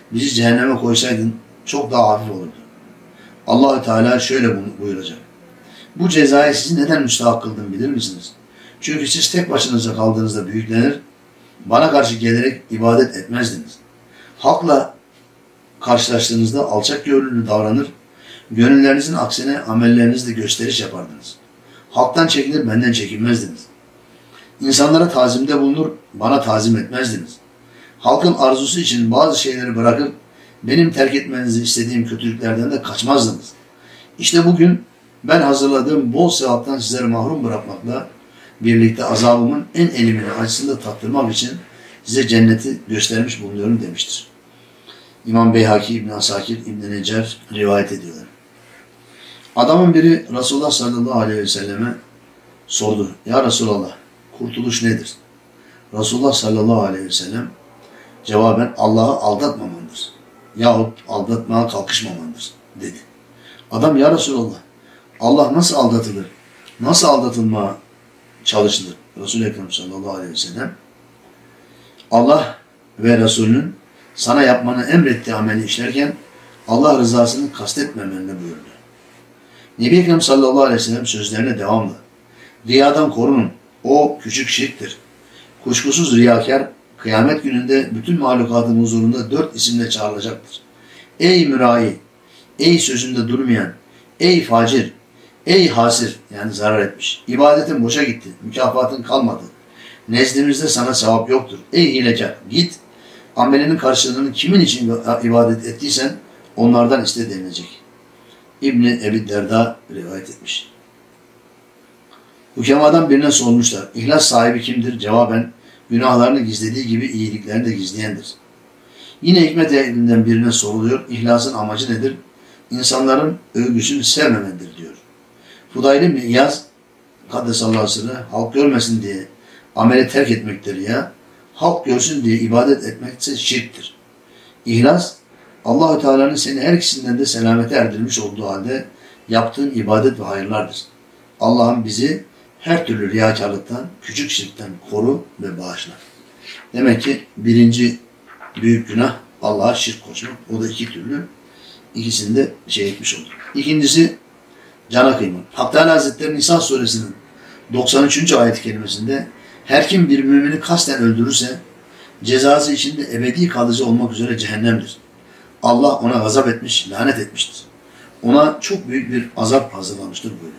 bizi cehenneme koysaydın çok daha hafif olurdu. Allah-u Teala şöyle buyuracak. Bu cezayı sizi neden müstahak kıldım bilir misiniz? Çünkü siz tek başınıza kaldığınızda büyüklenir, bana karşı gelerek ibadet etmezdiniz. Halkla karşılaştığınızda alçak gönüllü davranır, gönüllerinizin aksine amellerinizle gösteriş yapardınız. Halktan çekilir, benden çekinmezdiniz. İnsanlara tazimde bulunur, bana tazim etmezdiniz. Halkın arzusu için bazı şeyleri bırakıp benim terk etmenizi istediğim kötülüklerden de kaçmazdınız. İşte bugün ben hazırladığım bol sevaptan sizleri mahrum bırakmakla birlikte azabımın en elimini acısını tattırmak için size cenneti göstermiş bulunuyorum demiştir. İmam Beyhaki, İbn Asakir, İbn Necer rivayet ediyorlar. Adamın biri Resulullah sallallahu aleyhi ve selleme sordu. Ya Resulallah, kurtuluş nedir? Resulullah sallallahu aleyhi ve sellem cevaben Allah'ı aldatmamandır yahut aldatmaya kalkışmamandır dedi. Adam ya Resulallah, Allah nasıl aldatılır? Nasıl aldatılmaya çalışılır? Resul-i Ekrem sallallahu aleyhi ve sellem Allah ve Resulünün sana yapmanı emrettiği ameli işlerken Allah rızasını kastetmemenle buyurdu. Nebi Ekrem sallallahu aleyhi ve sellem sözlerine devamla riyadan korunun. O küçük şirktir. Kuşkusuz riyakar kıyamet gününde bütün mahlukatın huzurunda dört isimle çağrılacaktır. Ey mürai, ey sözünde durmayan, ey facir, ey hasir yani zarar etmiş. İbadetin boşa gitti, mükafatın kalmadı. Nezdimizde sana sevap yoktur. Ey hilekar, git amelinin karşılığını kimin için ibadet ettiysen onlardan iste denilecek. İbni Ebi Derda rivayet etmiş. Hükemadan birine sormuşlar. İhlas sahibi kimdir? Cevaben günahlarını gizlediği gibi iyiliklerini de gizleyendir. Yine hikmet ehlinden birine soruluyor. İhlasın amacı nedir? İnsanların övgüsünü sevmemendir diyor. Fudayl ibn İyaz Kaddesallahu sırrı halk görmesin diye ameli terk etmektir ya. Halk görsün diye ibadet etmek ise şirktir. İhlas Allah-u Teala'nın seni her ikisinden de selamete erdirmiş olduğu halde yaptığın ibadet ve hayırlardır. Allah'ım bizi her türlü riyakarlıktan, küçük şirkten koru ve bağışla. Demek ki birinci büyük günah Allah'a şirk koşmak. O da iki türlü. İkisini de şey etmiş olur. İkincisi cana kıymak. Hak Teâlâ Hazretleri Nisa suresinin doksan üçüncü ayet-i kerimesinde her kim bir mümini kasten öldürürse cezası içinde ebedi kalıcı olmak üzere cehennemdir. Allah ona gazap etmiş, lanet etmiştir. Ona çok büyük bir azap hazırlamıştır buyuruyor.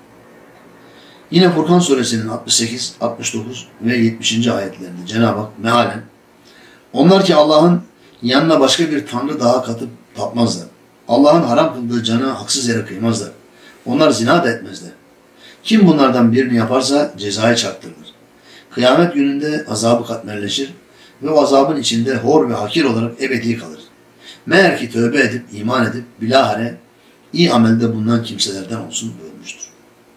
Yine Furkan suresinin altmış sekiz, altmış dokuz ve yetmişinci ayetlerinde Cenab-ı Hak mealen onlar ki Allah'ın yanına başka bir tanrı daha katıp tapmazlar. Allah'ın haram kıldığı canı haksız yere kıymazlar. Onlar zina da etmezler. Kim bunlardan birini yaparsa cezaya çarptırılır. Kıyamet gününde azabı katmerleşir ve o azabın içinde hor ve hakir olarak ebedi kalır. Meğer ki tövbe edip, iman edip, bilahare iyi amelde bulunan kimselerden olsun buyurmuştur.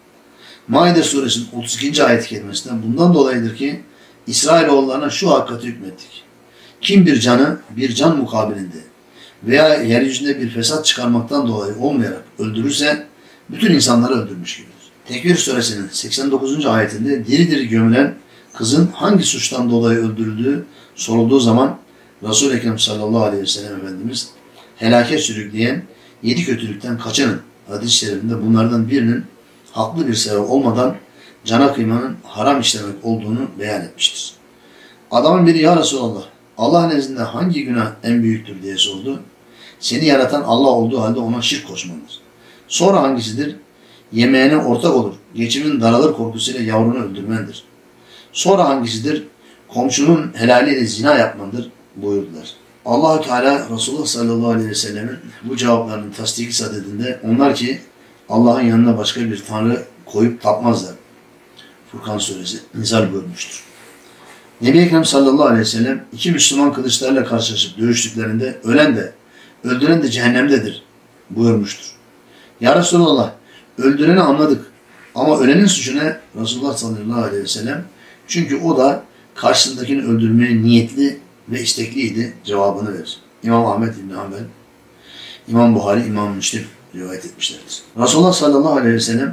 Maide suresinin otuz ikinci ayet-i kerimesinden bundan dolayıdır ki İsrailoğullarına şu hakikati hükmettik. Kim bir canı bir can mukabilinde veya yeryüzünde bir fesat çıkarmaktan dolayı olmayarak öldürürse bütün insanları öldürmüş gibidir. Tekvir suresinin seksen dokuzuncu ayetinde diri diri gömülen kızın hangi suçtan dolayı öldürüldüğü sorulduğu zaman Resul-i Ekrem sallallahu aleyhi ve sellem Efendimiz helake sürükleyen yedi kötülükten kaçının hadis-i şerifinde bunlardan birinin haklı bir sebep olmadan cana kıymanın haram işlemek olduğunu beyan etmiştir. Adamın biri ya Resulallah Allah nezdinde hangi günah en büyüktür diye sordu. Seni yaratan Allah olduğu halde ona şirk koşmandır. Sonra hangisidir? Yemeğine ortak olur. Geçimin daralır korkusuyla yavrunu öldürmendir. Sonra hangisidir? Komşunun helaliyle zina yapmandır buyurdular. Allah-u Teala Resulullah sallallahu aleyhi ve sellemin bu cevaplarının tasdiki sadedinde onlar ki Allah'ın yanına başka bir tanrı koyup tapmazlar. Furkan suresi nizal buyurmuştur. Nebi Ekrem sallallahu aleyhi ve sellem iki Müslüman kılıçlarla karşılaşıp dövüştüklerinde ölen de öldüren de cehennemdedir buyurmuştur. Ya Resulallah öldüreni anladık ama ölenin suçu ne? Resulullah sallallahu aleyhi ve sellem çünkü o da karşısındakini öldürmeye niyetli ve istekliydi cevabını verir. İmam Ahmed İbni Hanbel, İmam Buhari, İmam Müslim rivayet etmişlerdir. Resulullah sallallahu aleyhi ve sellem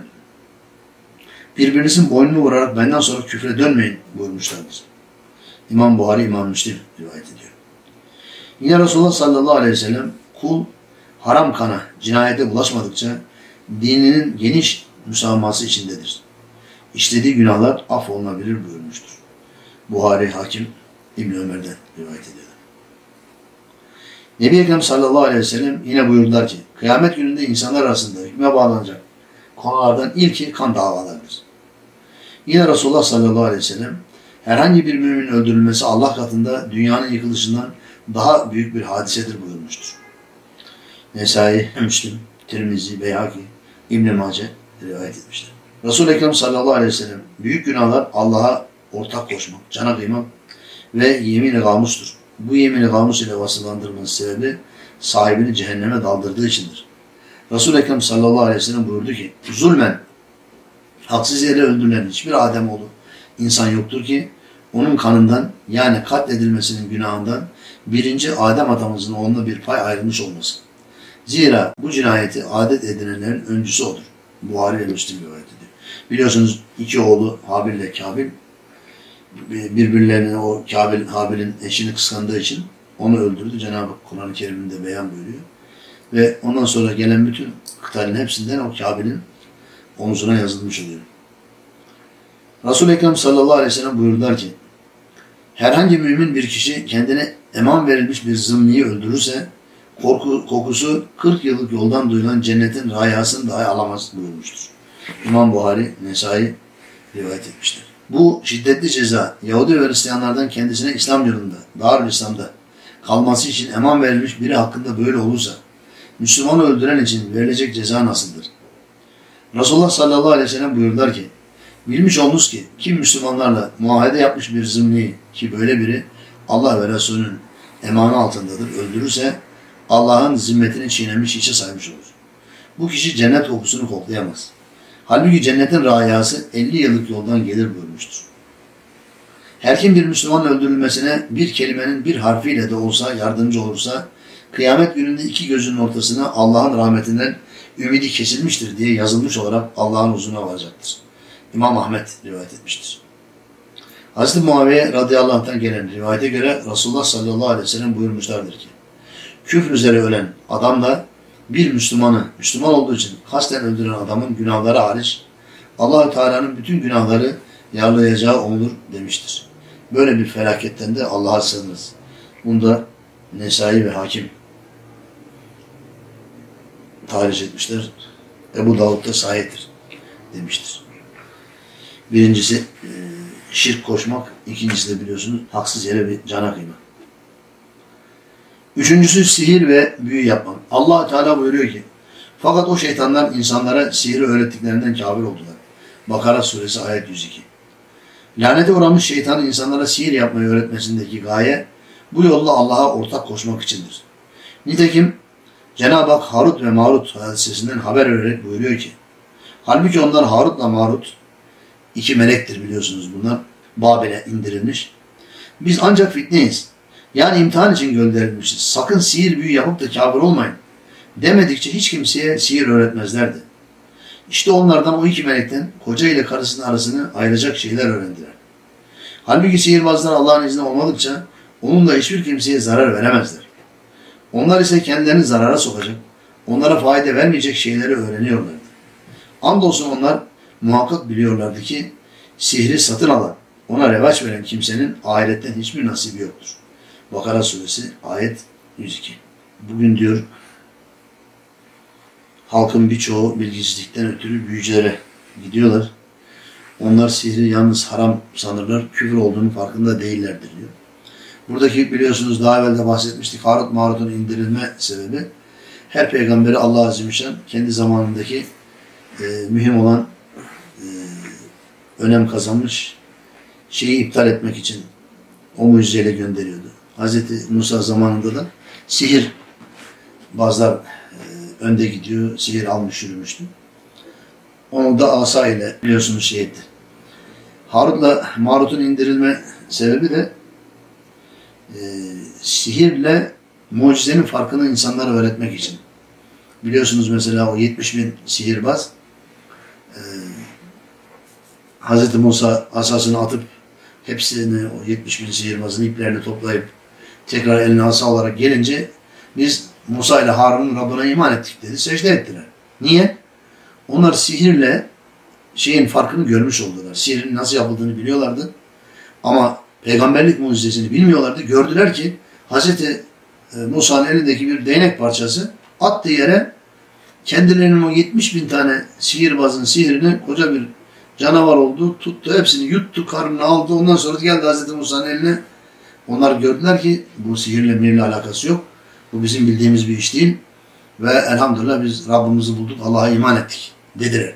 birbirinizin boynunu vurarak benden sonra küfre dönmeyin buyurmuşlardır. İmam Buhari, İmam Müslim rivayet ediyor. Yine Resulullah sallallahu aleyhi ve sellem kul haram kana, cinayete bulaşmadıkça dininin geniş müsamaması içindedir. İşlediği günahlar affolunabilir buyurmuştur. Buhari, Hakim, İbn Ömer'den rivayet ediyor. Nebi Ekrem sallallahu aleyhi ve sellem yine buyurdular ki, kıyamet gününde insanlar arasında hükme bağlanacak konulardan ilki kan davalarıdır. Yine Resulullah sallallahu aleyhi ve sellem, herhangi bir müminin öldürülmesi Allah katında dünyanın yıkılışından daha büyük bir hadisedir buyurmuştur. Nesai, Müslim, Tirmizi, Beyhaki, İbn-i Mace rivayet etmişler. Resul-i Ekrem sallallahu aleyhi ve sellem, büyük günahlar Allah'a ortak koşmak, cana kıymak ve yemin-i gamustur. Bu yemin-i gamus ile vasıflandırmanın sebebi sahibini cehenneme daldırdığı içindir. Resul-i Ekrem sallallahu aleyhi ve sellem buyurdu ki, zulmen, haksız yere öldürülen hiçbir Ademoğlu insan yoktur ki, onun kanından yani katledilmesinin günahından birinci Adem atamızın oğluna bir pay ayrılmış olmasın. Zira bu cinayeti adet edinenlerin öncüsü odur. Buhari ve Müslim rivayet ediyor. Biliyorsunuz iki oğlu Habil ile Kabil birbirlerine, o Kabil, Habil'in eşini kıskandığı için onu öldürdü. Cenab-ı Kur'an-ı Kerim'de beyan buyuruyor. Ve ondan sonra gelen bütün kıtalin hepsinden o Kabil'in omuzuna yazılmış oluyor. Resul-i Ekrem sallallahu aleyhi ve sellem buyurdular ki, herhangi mümin bir kişi kendine eman verilmiş bir zımniyi öldürürse, korku, kokusu kırk yıllık yoldan duyulan cennetin rayasını dahi alamaz buyurmuştur. İmam Buhari, Nesai rivayet etmiştir. Bu şiddetli ceza, Yahudi ve Hristiyanlardan kendisine İslam yolunda, Darül İslam'da kalması için eman verilmiş biri hakkında böyle olursa, Müslümanı öldüren için verilecek ceza nasıldır? Resulullah sallallahu aleyhi ve sellem buyurdular ki, bilmiş olunuz ki kim Müslümanlarla muahede yapmış bir zımni ki böyle biri Allah ve Resulünün emanı altındadır, öldürürse Allah'ın zimmetini çiğnemiş, içe saymış olur. Bu kişi cennet kokusunu koklayamaz. Halbuki cennetin rayası elli yıllık yoldan gelir buyurmuştur. Her kim bir Müslümanın öldürülmesine bir kelimenin bir harfiyle de olsa yardımcı olursa, kıyamet gününde iki gözünün ortasına Allah'ın rahmetinden ümidi kesilmiştir diye yazılmış olarak Allah'ın huzuruna varacaktır. İmam Ahmet rivayet etmiştir. Hazreti Muaviye radıyallahu anh'tan gelen rivayete göre Resulullah sallallahu aleyhi ve sellem buyurmuşlardır ki, küfür üzere ölen adam da bir Müslümanı, Müslüman olduğu için kasten öldüren adamın günahları hariç Allah-u Teala'nın bütün günahları yarlayacağı olur demiştir. Böyle bir felaketten de Allah'a sığınırız. Bunda Nesai ve Hakim tarih etmişler. Ebu Davud da sahihtir demiştir. Birincisi e, şirk koşmak, ikincisi de biliyorsunuz haksız yere bir cana kıymak. Üçüncüsü sihir ve büyü yapmak. Allah Teala buyuruyor ki, fakat o şeytanlar insanlara sihri öğrettiklerinden kafir oldular. Bakara suresi ayet yüz iki. Lanete uğramış şeytanın insanlara sihir yapmayı öğretmesindeki gaye, bu yolla Allah'a ortak koşmak içindir. Nitekim Cenab-ı Hak Harut ve Marut hadisesinden haber vererek buyuruyor ki, halbuki onlar Harut'la Marut iki melektir biliyorsunuz bunlar. Babil'e indirilmiş. Biz ancak fitneyiz. Yani imtihan için gönderilmişiz. Sakın sihir büyü yapıp da kafir olmayın demedikçe hiç kimseye sihir öğretmezlerdi. İşte onlardan o iki melekten koca ile karısının arasını ayıracak şeyler öğrendiler. Halbuki sihirbazlar Allah'ın izni olmadıkça onunla hiçbir kimseye zarar veremezler. Onlar ise kendilerini zarara sokacak, onlara fayda vermeyecek şeyleri öğreniyorlardı. Andolsun onlar muhakkak biliyorlardı ki sihri satın alan, ona revaç veren kimsenin ahiretten hiçbir nasibi yoktur. Bakara suresi ayet yüz iki. Bugün diyor halkın birçoğu bilgisizlikten ötürü büyücülere gidiyorlar. Onlar sihri yalnız haram sanırlar, küfür olduğunu farkında değillerdir diyor. Buradaki biliyorsunuz daha evvel de bahsetmiştik, Harut Marut'un indirilme sebebi her peygamberi Allah Azze ve Celle kendi zamanındaki e, mühim olan e, önem kazanmış şeyi iptal etmek için o mucizeyle gönderiyordu. Hazreti Musa zamanında da sihir bazılar e, önde gidiyor, sihir almış yürümüştü. Onu da asa ile biliyorsunuz şey etti. Harut'la Marut'un indirilme sebebi de e, sihirle mucizenin farkını insanlara öğretmek için. Biliyorsunuz mesela o yetmiş bin sihirbaz e, Hazreti Musa asasını atıp hepsini, o yetmiş bin sihirbazın iplerini toplayıp tekrar eline asa olarak gelince biz Musa ile Harun'un Rabbına iman ettik dedi. Secde ettiler. Niye? Onlar sihirle şeyin farkını görmüş oldular. Sihirin nasıl yapıldığını biliyorlardı. Ama peygamberlik mucizesini bilmiyorlardı. Gördüler ki Hazreti Musa'nın elindeki bir değnek parçası attığı yere kendilerinin o yetmiş bin tane sihirbazın sihrini koca bir canavar oldu. Tuttu, hepsini yuttu, karnına aldı. Ondan sonra geldi Hazreti Musa'nın eline. Onlar gördüler ki bu sihirle mirle alakası yok. Bu bizim bildiğimiz bir iş değil. Ve elhamdülillah biz Rabbimizi bulduk, Allah'a iman ettik dediler.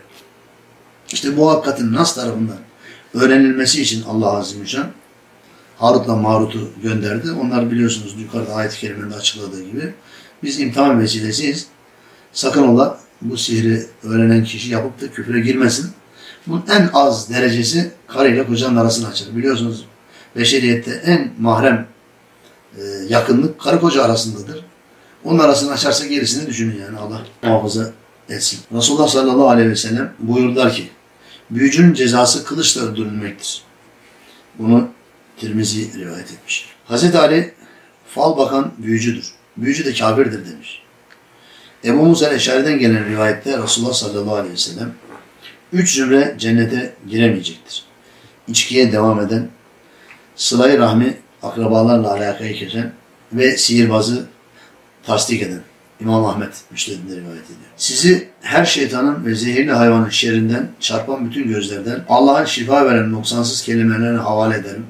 İşte bu hakikatin Nas tarafından öğrenilmesi için Allah Azze ve Celle Harut'la Marut'u gönderdi. Onlar biliyorsunuz yukarıda ayet-i kerimenin açıkladığı gibi biz imtihan vesilesiyiz. Sakın ola bu sihri öğrenen kişi yapıp da küfre girmesin. Bunun en az derecesi karıyla kocanın arasını açar. Biliyorsunuz beşeriyette en mahrem e, yakınlık karı koca arasındadır. Onun arasını açarsa gerisini düşünün yani Allah muhafaza etsin. Resulullah sallallahu aleyhi ve sellem buyurdular ki büyücünün cezası kılıçla öldürülmektir. Bunu Tirmizi rivayet etmiş. Hazreti Ali fal bakan büyücüdür. Büyücü de kafirdir demiş. Ebu Musa Eşari'den gelen rivayette Resulullah sallallahu aleyhi ve sellem üç zümre cennete giremeyecektir. İçkiye devam eden, sıla-i rahmi akrabalarla alakayı kesen ve sihirbazı tasdik eden. İmam Ahmet Müsned'inde rivayet ediyor. Sizi her şeytanın ve zehirli hayvanın şerrinden, çarpan bütün gözlerden, Allah'ın şifa veren noksansız kelimelerine havale ederim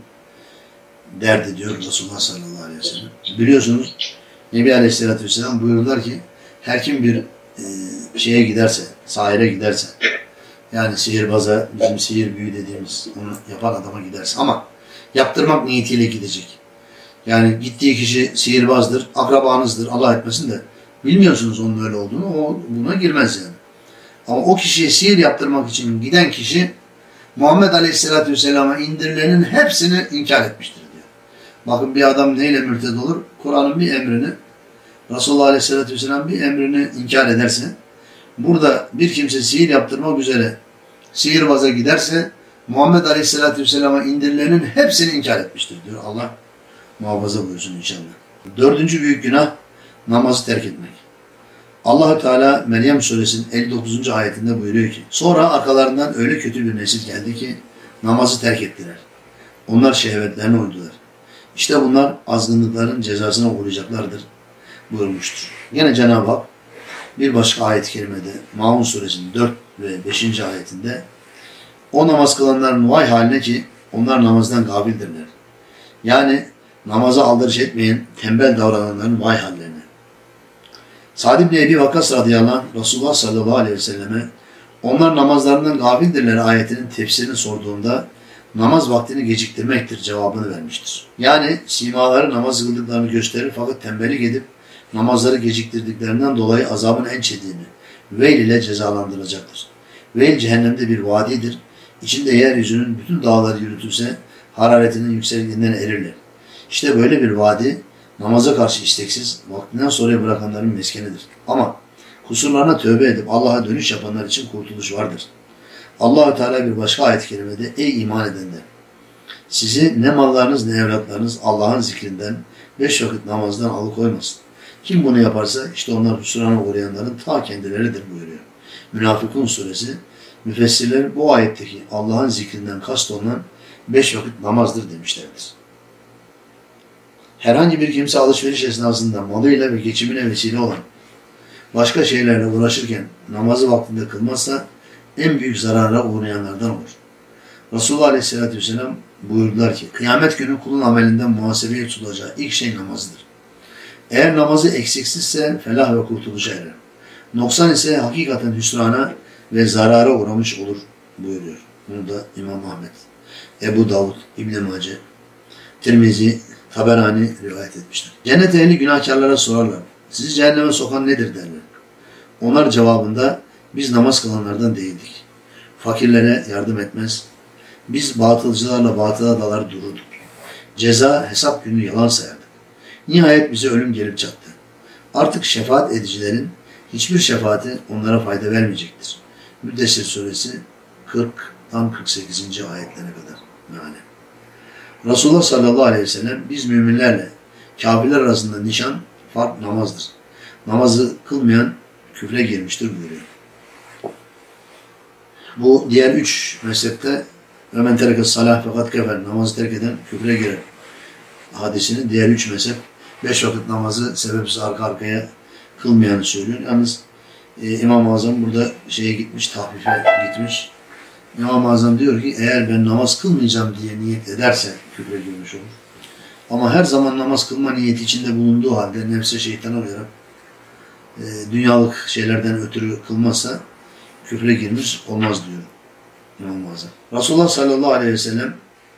derdi diyor Resulullah sallallahu aleyhi ve sellem. Biliyorsunuz Nebi Aleyhisselatü Vesselam buyurdular ki her kim bir e, şeye giderse, sahire giderse, yani sihirbaza, bizim sihir büyü dediğimiz onu yapan adama giderse ama yaptırmak niyetiyle gidecek. Yani gittiği kişi sihirbazdır, akrabanızdır, Allah etmesin de bilmiyorsunuz onun öyle olduğunu, o buna girmez yani. Ama o kişiye sihir yaptırmak için giden kişi Muhammed Aleyhisselatü Vesselam'a indirilenin hepsini inkar etmiştir diyor. Bakın bir adam neyle mürted olur? Kur'an'ın bir emrini, Resulullah Aleyhisselatü Vesselam bir emrini inkar ederse, burada bir kimse sihir yaptırmak üzere sihirbaza giderse Muhammed Aleyhisselatü Vesselam'a indirilenin hepsini inkar etmiştir diyor. Allah muhafaza buyursun inşallah. Dördüncü büyük günah namazı terk etmek. Allah-u Teala Meryem suresinin elli dokuzuncu ayetinde buyuruyor ki sonra arkalarından öyle kötü bir nesil geldi ki namazı terk ettiler. Onlar şehvetlerine uydular. İşte bunlar azgınlıkların cezasına uğrayacaklardır buyurmuştur. Yine Cenab-ı Hak bir başka ayet-i kerimede Maun suresinin dört ve beşinci ayetinde o namaz kılanların vay haline ki onlar namazdan gafildirler. Yani namaza aldırış etmeyen tembel davrananların vay hallerine. Sa'd ibn Ebi Vakkas radıyallahu anh Resulullah sallallahu aleyhi ve selleme onlar namazlarından gafildirler ayetinin tefsirini sorduğunda namaz vaktini geciktirmektir cevabını vermiştir. Yani simaları namaz kıldıklarını gösterir fakat tembellik edip namazları geciktirdiklerinden dolayı azabın en çetinini veil ile cezalandıracaktır. Veil cehennemde bir vadidir. İçinde yeryüzünün bütün dağları yürütülse hararetinin yüksekliğinden erirler. İşte böyle bir vadi namaza karşı isteksiz, vaktinden sonra bırakanların meskenidir. Ama kusurlarına tövbe edip Allah'a dönüş yapanlar için kurtuluş vardır. Allah-u Teala bir başka ayet-i kerimede ey iman edenler! Sizi ne mallarınız ne evlatlarınız Allah'ın zikrinden, beş vakit namazdan alıkoymasın. Kim bunu yaparsa işte onlar hüsrana uğrayanların ta kendileridir buyuruyor. Münafıkun suresi, müfessirler bu ayetteki Allah'ın zikrinden kastolunan beş vakit namazdır demişlerdir. Herhangi bir kimse alışveriş esnasında malıyla ve geçimine vesile olan başka şeylerle uğraşırken namazı vaktinde kılmazsa en büyük zarara uğrayanlardan olur. Resulullah Aleyhisselatü Vesselam buyurdular ki kıyamet günü kulun amelinden muhasebeye tutulacağı ilk şey namazıdır. Eğer namazı eksiksizse felah ve kurtuluşa erer. Noksan ise hakikaten hüsrana ve zarara uğramış olur buyuruyor. Bunu da İmam Ahmet, Ebu Davud, İbn-i Mace, Tirmizi, Taberani rivayet etmişler. Cennet ehli günahkarlara sorarlar. Sizi cehenneme sokan nedir derler. Onlar cevabında biz namaz kılanlardan değildik. Fakirlere yardım etmez. Biz batılcılarla batıla dalar dururduk. Ceza hesap günü yalan sayardık. Nihayet bize ölüm gelip çattı. Artık şefaat edicilerin hiçbir şefaati onlara fayda vermeyecektir. Müddessir suresi kırktan kırk sekizinci ayetlerine kadar meali. Resulullah sallallahu aleyhi ve sellem biz müminlerle kafirler arasında nişan, fark namazdır. Namazı kılmayan küfre girmiştir buyuruyor. Bu diğer üç mezhepte ve men tereke salah fakat kefer, namazı terk eden küfre girer hadisinin diğer üç mezhep beş vakit namazı sebepsiz arka arkaya kılmayanı söylüyor. Yalnız e, İmam-ı Azam burada şeye gitmiş, tahfife gitmiş. İmam-ı Azam diyor ki eğer ben namaz kılmayacağım diye niyet ederse küfre girmiş olur. Ama her zaman namaz kılma niyeti içinde bulunduğu halde nefse şeytana uyarak e, dünyalık şeylerden ötürü kılmazsa küfre girmiş olmaz diyor İmam-ı Azam. Resulullah sallallahu aleyhi ve sellem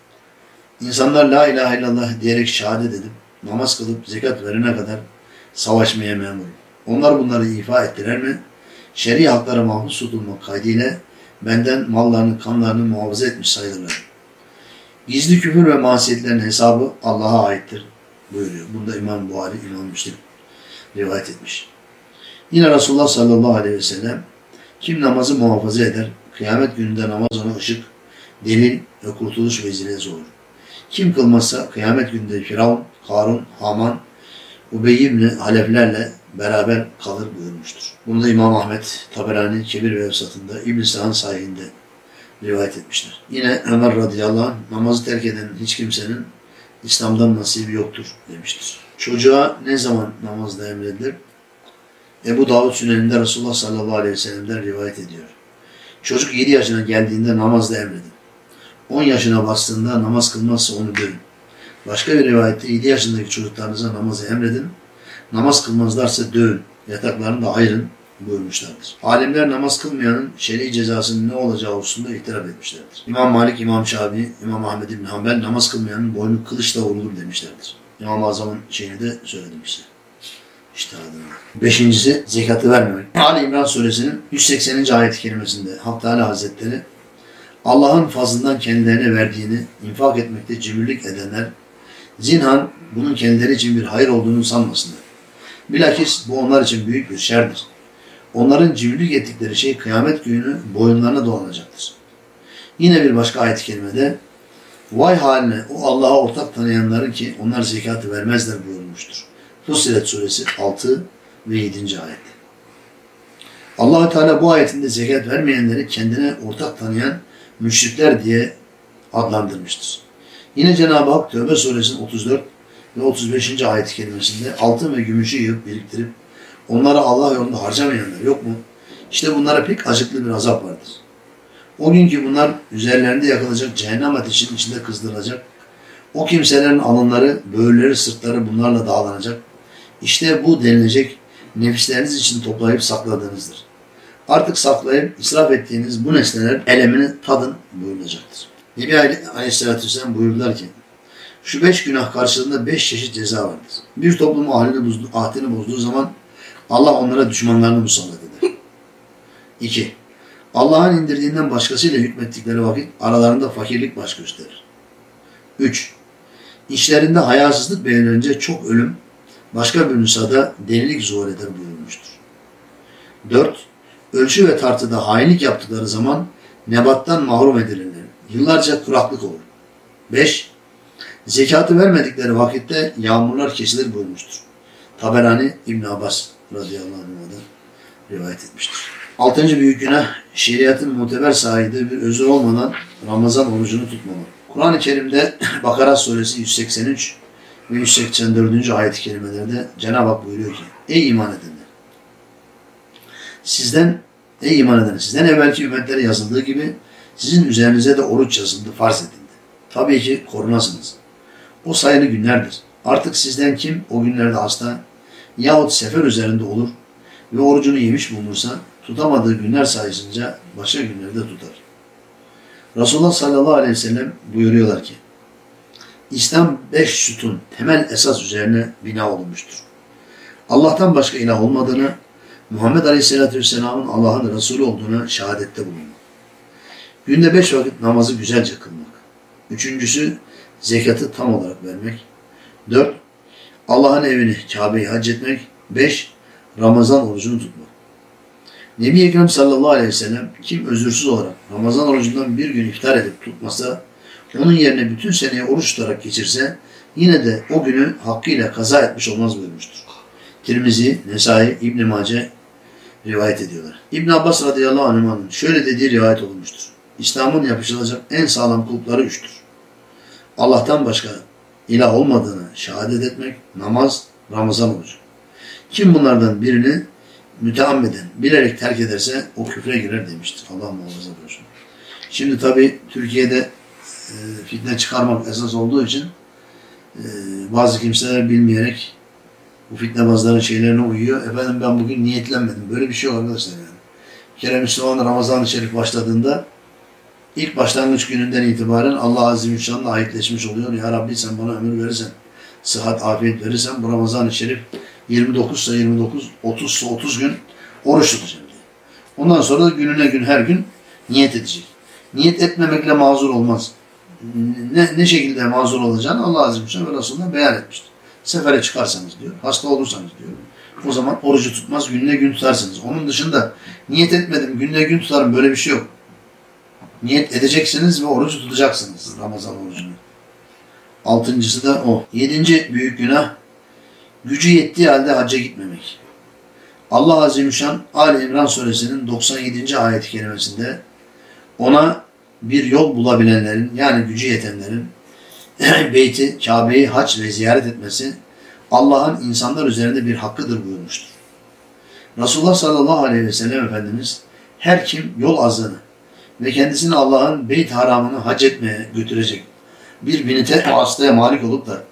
insanlar la ilahe illallah diyerek şehadet edip namaz kılıp zekat verene kadar savaşmaya memur. Onlar bunları ifa ettiler mi şer'i haklara mahfuz tutulmak kaydıyla benden mallarını, kanlarını muhafaza etmiş sayılırlar. Gizli küfür ve masiyetlerin hesabı Allah'a aittir buyuruyor. Bunda İmam Buhari, İmam Müslim rivayet etmiş. Yine Resulullah sallallahu aleyhi ve sellem kim namazı muhafaza eder, kıyamet gününde namaz ona ışık, delil ve kurtuluş vesilesi olur. Kim kılmazsa kıyamet gününde Firavun, Karun, Haman, Ubey ibn Haleflerle beraber kalır buyurmuştur. Bunu da İmam Ahmet, Taberani, Kebir ve Evsat'ında, İbn-i Sa'nın sahihinde rivayet etmişler. Yine Ömer radıyallahu anh, namazı terk eden hiç kimsenin İslam'dan nasibi yoktur demiştir. Çocuğa ne zaman namazda emredilir? Ebu Davud Süneninde Resulullah sallallahu aleyhi ve sellem'den rivayet ediyor. Çocuk yedi yaşına geldiğinde namazda emredin. on yaşına bastığında namaz kılmazsa onu dövün. Başka bir rivayette yedi yaşındaki çocuklarınıza namazı emredin. Namaz kılmazlarsa dövün. Yataklarını da ayırın buyurmuşlardır. Alimler namaz kılmayanın şer'i cezasının ne olacağı hususunda ihtilaf etmişlerdir. İmam Malik, İmam Şafii, İmam Ahmed İbn Hanbel namaz kılmayanın boynu kılıçla vurulur demişlerdir. İmam-ı Azam'ın şeyini de söyledim size. İşte adına. Beşincisi zekatı vermemek. Ali İmran suresinin yüz sekseninci ayet-i kerimesinde Hak Teâlâ Hazretleri Allah'ın fazlından kendilerine verdiğini infak etmekte cimrilik edenler zinhan bunun kendileri için bir hayır olduğunu sanmasınlar. Bilakis bu onlar için büyük bir şerdir. Onların cimrilik ettikleri şey kıyamet günü boyunlarına dolanacaktır. Yine bir başka ayet-i kerimede vay haline o Allah'a ortak tanıyanların ki onlar zekatı vermezler buyurmuştur. Fussilet suresi altı ve yedinci ayet. Allah-u Teala bu ayetinde zekat vermeyenleri kendine ortak tanıyan müşrikler diye adlandırmıştır. Yine Cenab-ı Hak Tövbe suresinin otuz dört ve otuz beşinci ayet-i kerimesinde altın ve gümüşü yığıp biriktirip onları Allah yolunda harcamayanlar yok mu? İşte bunlara pek acıklı bir azap vardır. O gün ki bunlar üzerlerinde yakılacak cehennem ateşinin içinde kızdırılacak. O kimselerin alınları, böğürleri, sırtları bunlarla dağlanacak. İşte bu denilecek nefisleriniz için toplayıp sakladığınızdır. Artık saklayıp israf ettiğiniz bu nesneler elemini tadın buyurulacaktır. Nebi Aleyhisselatü Vesselam buyurdular ki şu beş günah karşılığında beş çeşit ceza vardır. Bir toplum ahlini bozdu, ahdini bozduğu zaman Allah onlara düşmanlarını musallat eder. İki, Allah'ın indirdiğinden başkasıyla hükmettikleri vakit aralarında fakirlik baş gösterir. Üç, İşlerinde hayasızlık beğenilince çok ölüm, başka bir nüshada delilik zuhur eder buyurmuştur. Dört, Ölçü ve tartıda hainlik yaptıkları zaman nebattan mahrum edilirler. Yıllarca kuraklık olur. Beş, Zekatı vermedikleri vakitte yağmurlar kesilir buyurmuştur. Taberani İbn Abbas radıyallahu anh'dan rivayet etmiştir. Altıncı büyük günah, şeriatın muteber saydığı bir özür olmadan Ramazan orucunu tutmamak. Kur'an-ı Kerim'de Bakara suresi yüz seksen üç ve yüz seksen dördüncü ayet-i kerimelerde Cenab-ı Hak buyuruyor ki ey iman edenler! Sizden, ey iman edenler! Sizden evvelki ümmetlere yazıldığı gibi sizin üzerinize de oruç yazıldı, farz edildi. Tabii ki korunasınız. O sayılı günlerdir. Artık sizden kim o günlerde hasta yahut sefer üzerinde olur ve orucunu yemiş bulunursa tutamadığı günler sayısınca başka günlerde tutar. Resulullah sallallahu aleyhi ve sellem buyuruyorlar ki İslam beş sütun temel esas üzerine bina olunmuştur. Allah'tan başka ilah olmadığını, Muhammed Aleyhisselatü Vesselam'ın Allah'ın Resulü olduğuna şehadette bulunmak. Günde beş vakit namazı güzelce kılmak. Üçüncüsü zekatı tam olarak vermek. Dört, Allah'ın evini Kabe'yi hac etmek. Beş, Ramazan orucunu tutmak. Nebi Ekrem sallallahu aleyhi ve sellem kim özürsüz olarak Ramazan orucundan bir gün iftar edip tutmasa, onun yerine bütün seneyi oruç tutarak geçirse yine de o günü hakkıyla kaza etmiş olmaz buyurmuştur. Tirmizi, Nesai, İbn-i Mace rivayet ediyorlar. İbn Abbas radıyallahu anh'ın şöyle dediği rivayet olunmuştur. İslam'ın yapışılacak en sağlam kulpları üçtür. Allah'tan başka ilah olmadığını şehadet etmek, namaz, Ramazan orucu. Kim bunlardan birini müteammiden, bilerek terk ederse o küfre girer demiştir. Allah muhafaza buyursun. Şimdi tabi Türkiye'de e, fitne çıkarmak esas olduğu için e, bazı kimseler bilmeyerek bu fitnebazların şeylerine uyuyor. Efendim ben bugün niyetlenmedim. Böyle bir şey yok arkadaşlar yani. Bir kere Müslüman Ramazan-ı Şerif başladığında ilk başlangıç gününden itibaren Allah Azze ve Celle'yle ahitleşmiş oluyor. Ya Rabbi sen bana ömür verirsen, sıhhat, afiyet verirsen bu Ramazan-ı Şerif yirmi dokuzsa yirmi dokuz, otuzsa otuz gün oruç tutacağım diye. Ondan sonra da gününe gün her gün niyet edecek. Niyet etmemekle mazur olmaz. Ne, ne şekilde mazur olacağını Allah Azze ve Celle ve Resulü'ne beyan etmiştir. Sefere çıkarsanız diyor, hasta olursanız diyor, o zaman orucu tutmaz, gününe gün tutarsınız. Onun dışında niyet etmedim, gününe gün tutarım, böyle bir şey yok. Niyet edeceksiniz ve orucu tutacaksınız, Ramazan orucunu. Altıncısı da o. Yedinci büyük günah, gücü yettiği halde hacca gitmemek. Allah Azze ve Celle Ali İmran suresinin doksan yedinci ayet-i kerimesinde ona bir yol bulabilenlerin, yani gücü yetenlerin beyti, Kabe'yi hac ve ziyaret etmesi Allah'ın insanlar üzerinde bir hakkıdır buyurmuştur. Resulullah sallallahu aleyhi ve sellem Efendimiz her kim yol azlığını ve kendisini Allah'ın beyt haramını hac etmeye götürecek bir binite hastaya malik olup da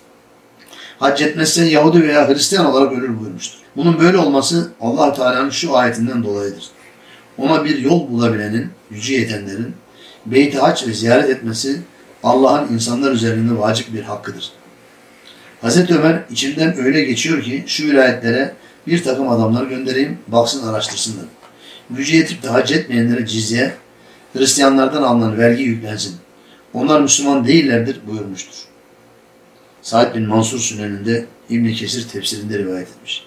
hac etmezse Yahudi veya Hristiyan olarak ölür buyurmuştur. Bunun böyle olması Allah Teala'nın şu ayetinden dolayıdır. Ona bir yol bulabilenin, gücü yetenlerin beyti hac ve ziyaret etmesi Allah'ın insanlar üzerinde vacip bir hakkıdır. Hazreti Ömer içimden öyle geçiyor ki şu vilayetlere bir takım adamlar göndereyim, baksın araştırsınlar. Gücü yetip de hac etmeyenlere cizye, Hristiyanlardan alınan vergi yüklensin. Onlar Müslüman değillerdir buyurmuştur. Said bin Mansur Sünen'inde İbn-i Kesir tefsirinde rivayet etmiş.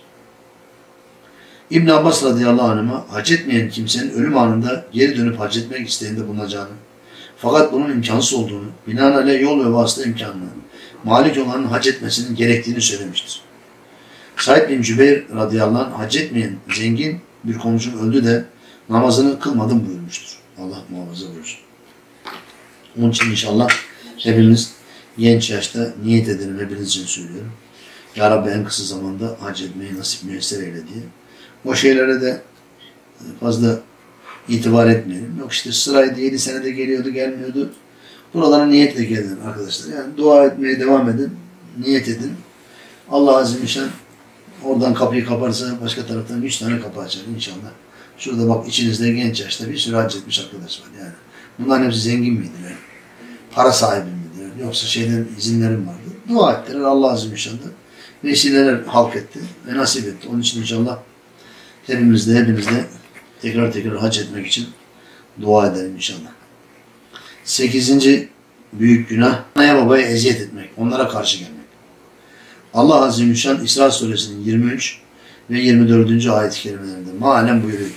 İbn Abbas radıyallahu anh'a hac etmeyen kimsenin ölüm anında geri dönüp hac etmek isteğinde bulunacağını, fakat bunun imkansız olduğunu, binaenaleyh yol ve vasıta imkanını, malik olanın hac etmesinin gerektiğini söylemiştir. Said bin Cübeyr radıyallahu anh hac etmeyen zengin bir komşum öldü de namazını kılmadım buyurmuştur. Allah muhafaza buyursun. Onun için inşallah hepimiz genç yaşta niyet edelim, hepiniz için söylüyorum. Ya Rabbi en kısa zamanda hac etmeyi nasip müyesser eyle diye. O şeylere de fazla itibar etmeyelim. Yok işte sıraydı, yedi senede geliyordu, gelmiyordu. Buralara niyetle gelin arkadaşlar. Yani dua etmeye devam edin, niyet edin. Allah Azze ve Celle oradan kapıyı kaparsa başka taraftan üç tane kapı açar inşallah. Şurada bak içinizde genç yaşta bir sürü hac etmiş arkadaş var yani. Bunların hepsi zengin miydiler? Para sahibi miydiler? Yoksa şeyden izinlerim vardı. Dua ettiler Allah Azze ve Celle. Vesileler halk etti ve nasip etti. Onun için inşallah hepimiz de hepimiz de tekrar tekrar hac etmek için dua edelim inşallah. Sekizinci büyük günah, anaya babaya eziyet etmek, onlara karşı gelmek. Allah Azze ve Celle İsra suresinin yirmi üç ve yirmi dördüncü ayet-i kerimelerinde mealen buyuruyor.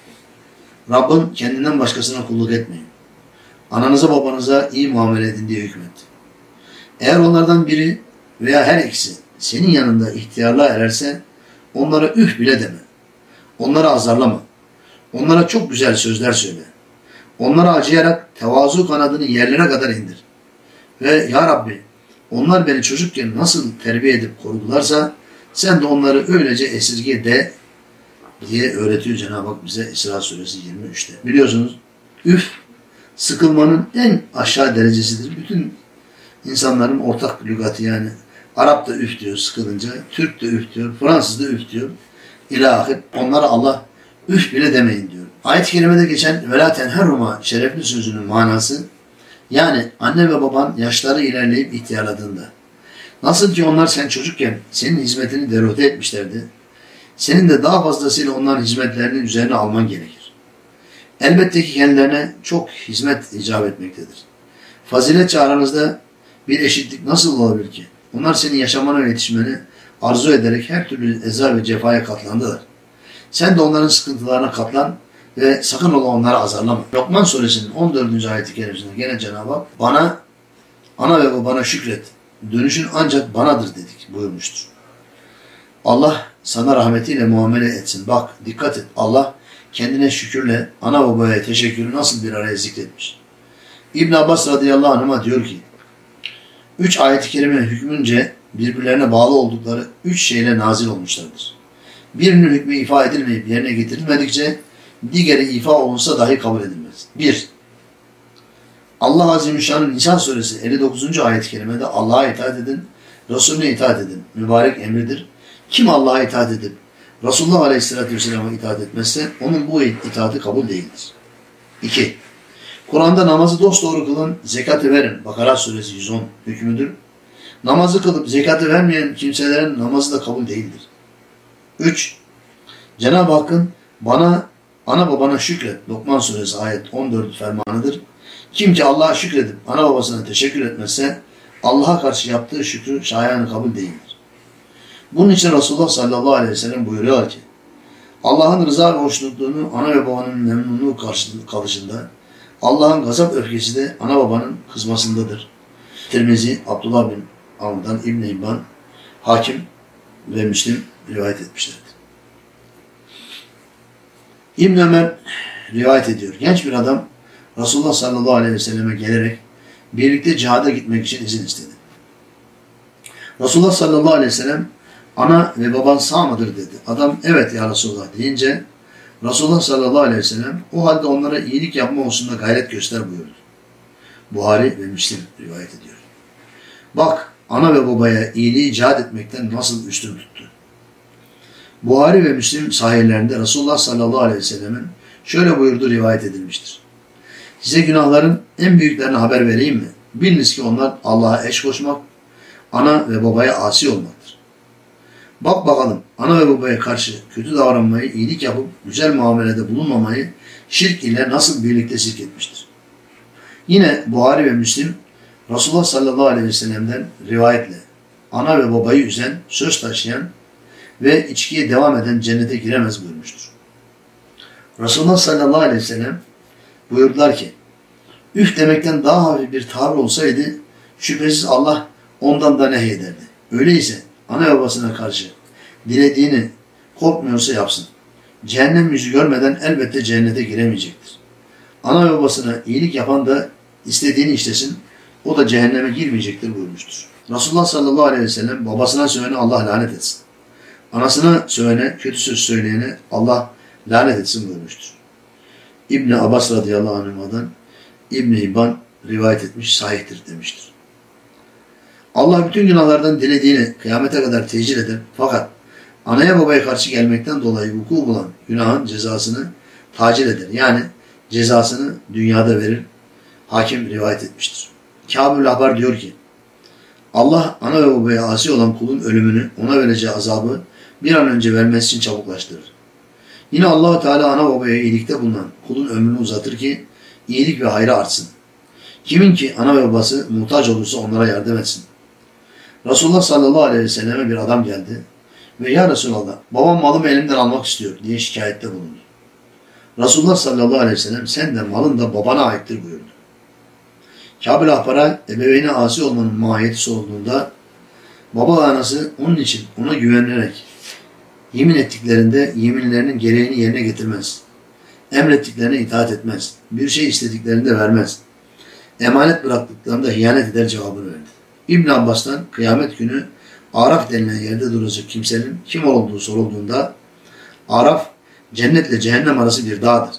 Rabbin kendinden başkasına kulluk etmeyin. Ananıza babanıza iyi muamele edin diye hükmetti. Eğer onlardan biri veya her ikisi senin yanında ihtiyarlığa ererse onlara üf bile deme. Onları azarlama. Onlara çok güzel sözler söyle. Onlara acıyarak tevazu kanadını yerlere kadar indir. Ve Ya Rabbi onlar beni çocukken nasıl terbiye edip korudularsa sen de onları öylece esirge de diye öğretiyor Cenab-ı Hak bize İsra suresi yirmi üçte. Biliyorsunuz üf sıkılmanın en aşağı derecesidir. Bütün insanların ortak lügatı yani. Arap da üf diyor sıkılınca, Türk de üf diyor, Fransız da üf diyor. İlahi onlara Allah üf bile demeyin diyor. Ayet-i kerimede geçen vela tenheruma şerefli sözünün manası yani anne ve baban yaşları ilerleyip ihtiyarladığında nasıl ki onlar sen çocukken senin hizmetini derote etmişlerdi. Senin de daha fazlasıyla onların hizmetlerini üzerine alman gerekir. Elbette ki kendilerine çok hizmet icap etmektedir. Faziletçe aranızda bir eşitlik nasıl olabilir ki? Onlar senin yaşamana ve yetişmeni arzu ederek her türlü eza ve cefaya katlandılar. Sen de onların sıkıntılarına katlan ve sakın ola onları azarlama. Lokman suresinin on dördüncü ayeti kerimesinde gene Cenab-ı Hak bana, ana ve babana şükret. dönüşün ancak banadır dedik buyurmuştur. Allah sana rahmetiyle muamele etsin. Bak dikkat et. Allah kendine şükürle ana babaya teşekkürü nasıl bir araya zikretmiş. İbn Abbas radıyallahu anh'a diyor ki, üç ayet-i kerime hükmünce birbirlerine bağlı oldukları üç şeyle nazil olmuşlardır. Birinin hükmü ifa edilmeyip yerine getirilmedikçe diğeri ifa olunsa dahi kabul edilmez. Bir, Allah Azimüşşan'ın Nisa suresi elli dokuzuncu ayet-i kerimede Allah'a itaat edin, Resulüne itaat edin. Mübarek emridir. Kim Allah'a itaat edip Resulullah Aleyhisselatü Vesselam'a itaat etmezse onun bu itaati kabul değildir. İki, Kur'an'da namazı dosdoğru kılın, zekatı verin. Bakara suresi yüz on hükmüdür. Namazı kılıp zekatı vermeyen kimselerin namazı da kabul değildir. Üç, Cenab-ı Hakk'ın bana, ana babana şükret. Lokman suresi ayet on dört fermanıdır. Kim ki Allah'a şükredip ana babasına teşekkür etmezse Allah'a karşı yaptığı şükrü şayanı kabul değildir. Bunun için Resulullah sallallahu aleyhi ve sellem buyuruyor ki, Allah'ın rıza ve hoşnutluğunu ana ve babanın memnunluğu karşısında, Allah'ın gazap öfkesi de ana babanın kızmasındadır. Tirmizi, Abdullah bin Amr'dan, İbn-i İbban, Hakim ve Müslim rivayet etmişlerdir. İbn Ömer rivayet ediyor. Genç bir adam Resulullah sallallahu aleyhi ve selleme gelerek birlikte cihada gitmek için izin istedi. Resulullah sallallahu aleyhi ve sellem ana ve baban sağ mıdır dedi. Adam evet ya Resulullah deyince Resulullah sallallahu aleyhi ve sellem o halde onlara iyilik yapma hususunda gayret göster buyurdu. Buhari ve Müslim rivayet ediyor. Bak ana ve babaya iyiliği cihad etmekten nasıl üstün tuttu. Buhari ve Müslim sahihlerinde Resulullah sallallahu aleyhi ve sellemin şöyle buyurduğu rivayet edilmiştir. Size günahların en büyüklerini haber vereyim mi? Biliniz ki onlar Allah'a eş koşmak, ana ve babaya asi olmaktır. Bak bakalım ana ve babaya karşı kötü davranmayı, iyilik yapıp güzel muamelede bulunmamayı şirk ile nasıl birlikte sirk etmiştir. Yine Buhari ve Müslim Resulullah sallallahu aleyhi ve sellem'den rivayetle ana ve babayı üzen, söz taşıyan ve içkiye devam eden cennete giremez buyurmuştur. Resulullah sallallahu aleyhi ve sellem buyurdular ki, üf demekten daha hafif bir tavır olsaydı şüphesiz Allah ondan da nehyederdi. Öyleyse ana ve babasına karşı dilediğini korkmuyorsa yapsın. Cehennem yüzü görmeden elbette cennete giremeyecektir. Ana ve babasına iyilik yapan da istediğini işlesin, o da cehenneme girmeyecektir buyurmuştur. Resulullah sallallahu aleyhi ve sellem babasına sövene Allah lanet etsin. Anasına sövene, kötü söz söyleyene Allah lanet etsin buyurmuştur. İbn Abbas radıyallahu anh'dan İbn İbban rivayet etmiş, sahihtir demiştir. Allah bütün günahlardan dilediğini kıyamete kadar tecil eder. Fakat anaya babaya karşı gelmekten dolayı vuku bulan günahın cezasını tacil eder. Yani cezasını dünyada verir. Hakim rivayet etmiştir. Kâb-ül Ahbar diyor ki, Allah ana ve babaya asi olan kulun ölümünü, ona vereceği azabı bir an önce vermesi için çabuklaştırır. Yine Allah-u Teala ana babaya iyilikte bulunan kulun ömrünü uzatır ki iyilik ve hayrı artsın. Kimin ki ana ve babası muhtaç olursa onlara yardım etsin. Resulullah sallallahu aleyhi ve selleme bir adam geldi ve ya Resulallah babam malımı elimden almak istiyor diye şikayette bulundu. Resulullah sallallahu aleyhi ve sellem sen de malın da babana aittir buyurdu. Kâb-ül Ahbar'a ebeveyne asi olmanın mahiyeti sorulduğunda baba ve anası onun için ona güvenilerek yemin ettiklerinde yeminlerinin gereğini yerine getirmez. Emrettiklerine itaat etmez. Bir şey istediklerinde vermez. Emanet bıraktıklarında hıyanet eder cevabını verdi. İbn Abbas'tan kıyamet günü Araf denilen yerde duracak kimsenin kim olduğu sorulduğunda Araf cennetle cehennem arası bir dağdır.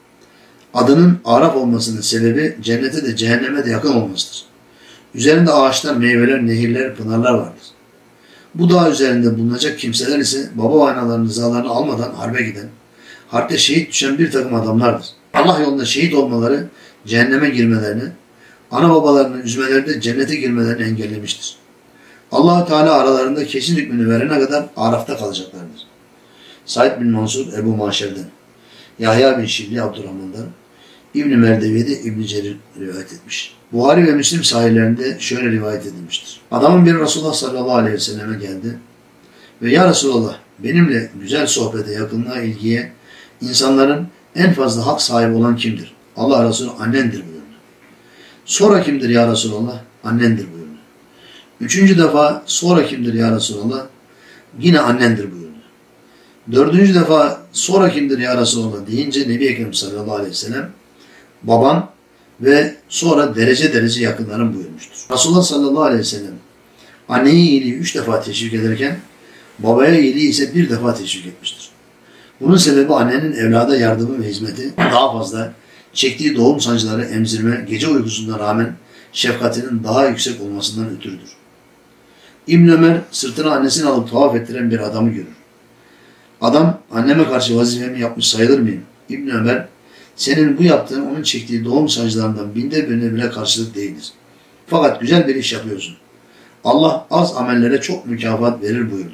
Adının Araf olmasının sebebi cennete de cehenneme de yakın olmasıdır. Üzerinde ağaçlar, meyveler, nehirler, pınarlar vardır. Bu dağ üzerinde bulunacak kimseler ise baba ve anaların rızalarını almadan harbe giden, harpte şehit düşen bir takım adamlardır. Allah yolunda şehit olmaları cehenneme girmelerini, ana babalarının üzmeleri de cennete girmelerini engellemiştir. Allah-u Teala aralarında kesin hükmünü verene kadar Araf'ta kalacaklardır. Said bin Mansur Ebu Maşer'den, Yahya bin Şibli Abdurrahman'dan, İbn-i Merdeviye'de İbn-i Cerir rivayet etmiş. Buhari ve Müslim sahihlerinde şöyle rivayet edilmiştir. Adamın biri Resulullah sallallahu aleyhi ve selleme geldi ve ya Resulallah benimle güzel sohbete, yakınlığa, ilgiye insanların en fazla hak sahibi olan kimdir? Allah Resulü annendir buyurdu. Sonra kimdir ya Resulallah? Annendir buyurdu. Üçüncü defa sonra kimdir ya Resulallah? Yine annendir buyurdu. Dördüncü defa sonra kimdir ya Resulallah deyince Nebi Ekrem sallallahu aleyhi ve sellem baban ve sonra derece derece yakınların buyurmuştur. Resulullah sallallahu aleyhi ve sellem anneyi iyiliği üç defa teşvik ederken babaya iyiliği ise bir defa teşvik etmiştir. Bunun sebebi annenin evlada yardımı ve hizmeti daha fazla, çektiği doğum sancıları emzirme, gece uykusuna rağmen şefkatinin daha yüksek olmasından ötürüdür. İbn Ömer sırtına annesini alıp tavaf ettiren bir adamı görür. Adam, anneme karşı vazifemi yapmış sayılır mıyım? İbn Ömer, senin bu yaptığın onun çektiği doğum sancılarından binde birine bile karşılık değildir. Fakat güzel bir iş yapıyorsun. Allah az amellere çok mükafat verir buyurdu.